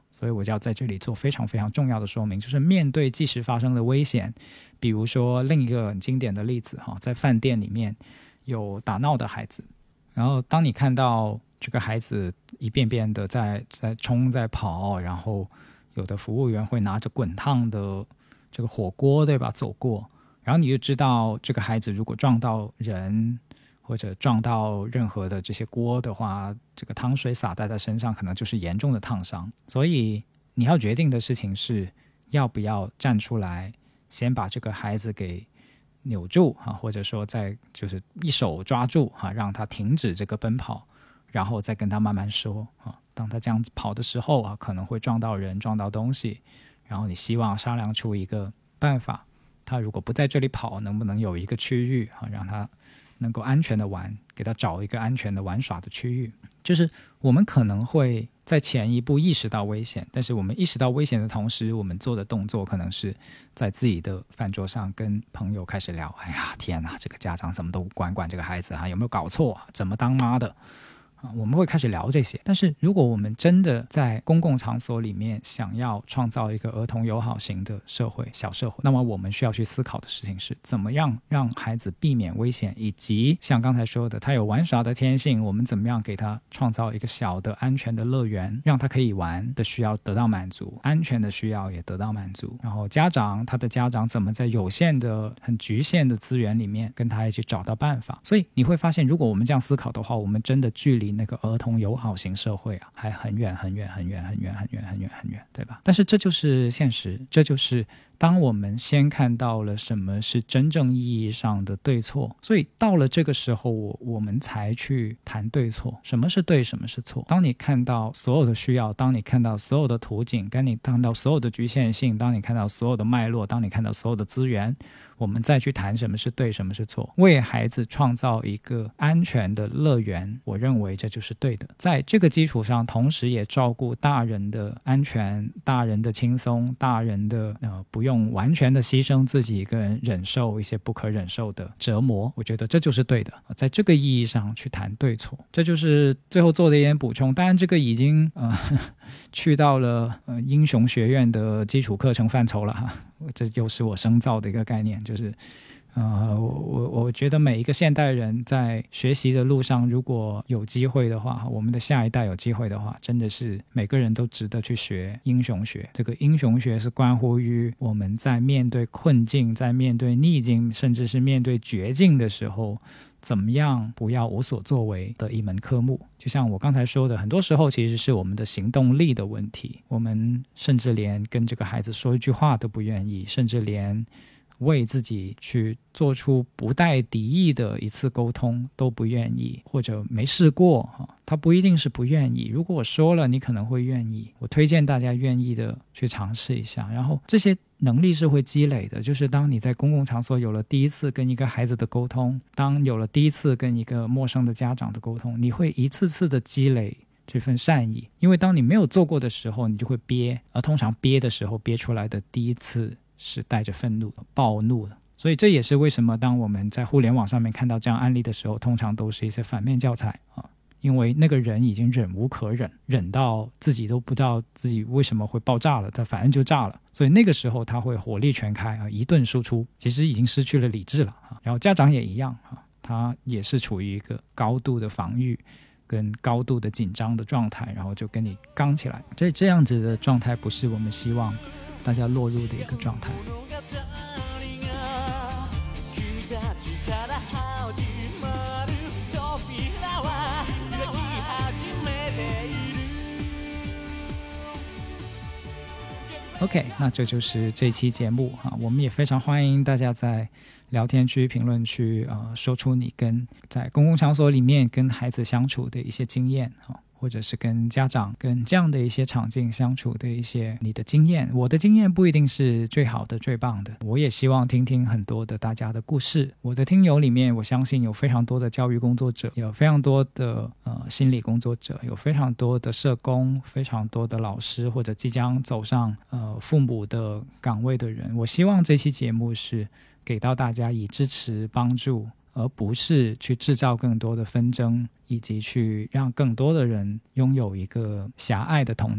A: 所以我就要在这里做非常非常重要的说明，就是面对即时发生的危险，比如说另一个很经典的例子，在饭店里面有打闹的孩子，然后当你看到这个孩子一遍遍的在在冲在跑，然后有的服务员会拿着滚烫的这个火锅，对吧，走过，然后你就知道这个孩子如果撞到人或者撞到任何的这些锅的话，这个汤水洒在他身上可能就是严重的烫伤。所以你要决定的事情是要不要站出来先把这个孩子给扭住，或者说再就是一手抓住，让他停止这个奔跑，然后再跟他慢慢说，当他这样子跑的时候可能会撞到人撞到东西，然后你希望商量出一个办法，他如果不在这里跑，能不能有一个区域让他能够安全的玩，给他找一个安全的玩耍的区域。就是我们可能会在前一步意识到危险，但是我们意识到危险的同时，我们做的动作可能是在自己的饭桌上跟朋友开始聊，哎呀天哪，这个家长怎么都管管这个孩子啊，有没有搞错，怎么当妈的，我们会开始聊这些。但是如果我们真的在公共场所里面想要创造一个儿童友好型的社会小社会，那么我们需要去思考的事情是怎么样让孩子避免危险，以及像刚才说的他有玩耍的天性，我们怎么样给他创造一个小的安全的乐园，让他可以玩的需要得到满足，安全的需要也得到满足，然后家长他的家长怎么在有限的很局限的资源里面跟他一起找到办法。所以你会发现如果我们这样思考的话，我们真的距离那个儿童友好型社会啊，还很远很远很远很远很远很远很远，对吧？但是这就是现实，这就是当我们先看到了什么是真正意义上的对错，所以到了这个时候我我们才去谈对错，什么是对，什么是错。当你看到所有的需要，当你看到所有的途径，当你看到所有的局限性，当你看到所有的脉络，当你看到所有的资源，我们再去谈什么是对，什么是错，为孩子创造一个安全的乐园，我认为这就是对的。在这个基础上，同时也照顾大人的安全，大人的轻松，大人的呃不用完全的牺牲自己跟忍受一些不可忍受的折磨，我觉得这就是对的。在这个意义上去谈对错，这就是最后做的一点补充。当然这个已经呃去到了呃英雄学院的基础课程范畴了哈，这又是我深造的一个概念，就是呃，我我觉得每一个现代人在学习的路上，如果有机会的话，我们的下一代有机会的话，真的是每个人都值得去学英雄学。这个英雄学是关乎于我们在面对困境，在面对逆境，甚至是面对绝境的时候，怎么样不要无所作为的一门科目。就像我刚才说的，很多时候其实是我们的行动力的问题，我们甚至连跟这个孩子说一句话都不愿意，甚至连为自己去做出不带敌意的一次沟通都不愿意，或者没试过，他不一定是不愿意，如果我说了你可能会愿意，我推荐大家愿意的去尝试一下。然后这些能力是会积累的，就是当你在公共场所有了第一次跟一个孩子的沟通，当有了第一次跟一个陌生的家长的沟通，你会一次次的积累这份善意，因为当你没有做过的时候你就会憋，而通常憋的时候憋出来的第一次是带着愤怒暴怒的。所以这也是为什么当我们在互联网上面看到这样案例的时候，通常都是一些反面教材啊，因为那个人已经忍无可忍，忍到自己都不知道自己为什么会爆炸了，他反正就炸了，所以那个时候他会火力全开啊，一顿输出，其实已经失去了理智了啊。然后家长也一样啊，他也是处于一个高度的防御跟高度的紧张的状态，然后就跟你刚起来，所以这样子的状态不是我们希望大家落入的一个状态。OK， 那这就是这期节目啊，我们也非常欢迎大家在聊天区、评论区呃说出你跟在公共场所里面跟孩子相处的一些经验啊，或者是跟家长跟这样的一些场景相处的一些你的经验。我的经验不一定是最好的最棒的，我也希望听听很多的大家的故事。我的听友里面我相信有非常多的教育工作者，有非常多的呃心理工作者，有非常多的社工，非常多的老师，或者即将走上呃父母的岗位的人。我希望这期节目是给到大家以支持帮助，而不是去制造更多的纷争，以及去让更多的人拥有一个狭隘的童年，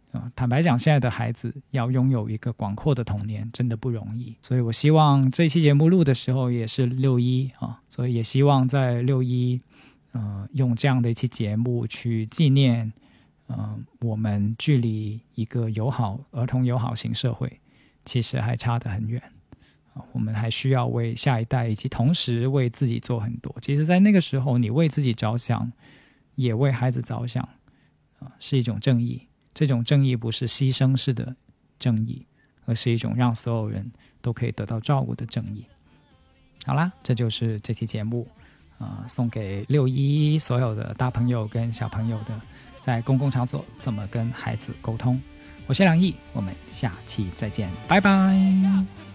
A: 呃、坦白讲，现在的孩子要拥有一个广阔的童年真的不容易，所以我希望这一期节目录的时候也是六一啊，所以也希望在六一呃用这样的一期节目去纪念呃我们距离一个友好儿童友好型社会其实还差得很远，我们还需要为下一代以及同时为自己做很多。其实在那个时候你为自己着想也为孩子着想、呃、是一种正义，这种正义不是牺牲式的正义，而是一种让所有人都可以得到照顾的正义。好啦，这就是这期节目、呃、送给六一所有的大朋友跟小朋友的在公共场所怎么跟孩子沟通。我是梁毅，我们下期再见，拜拜。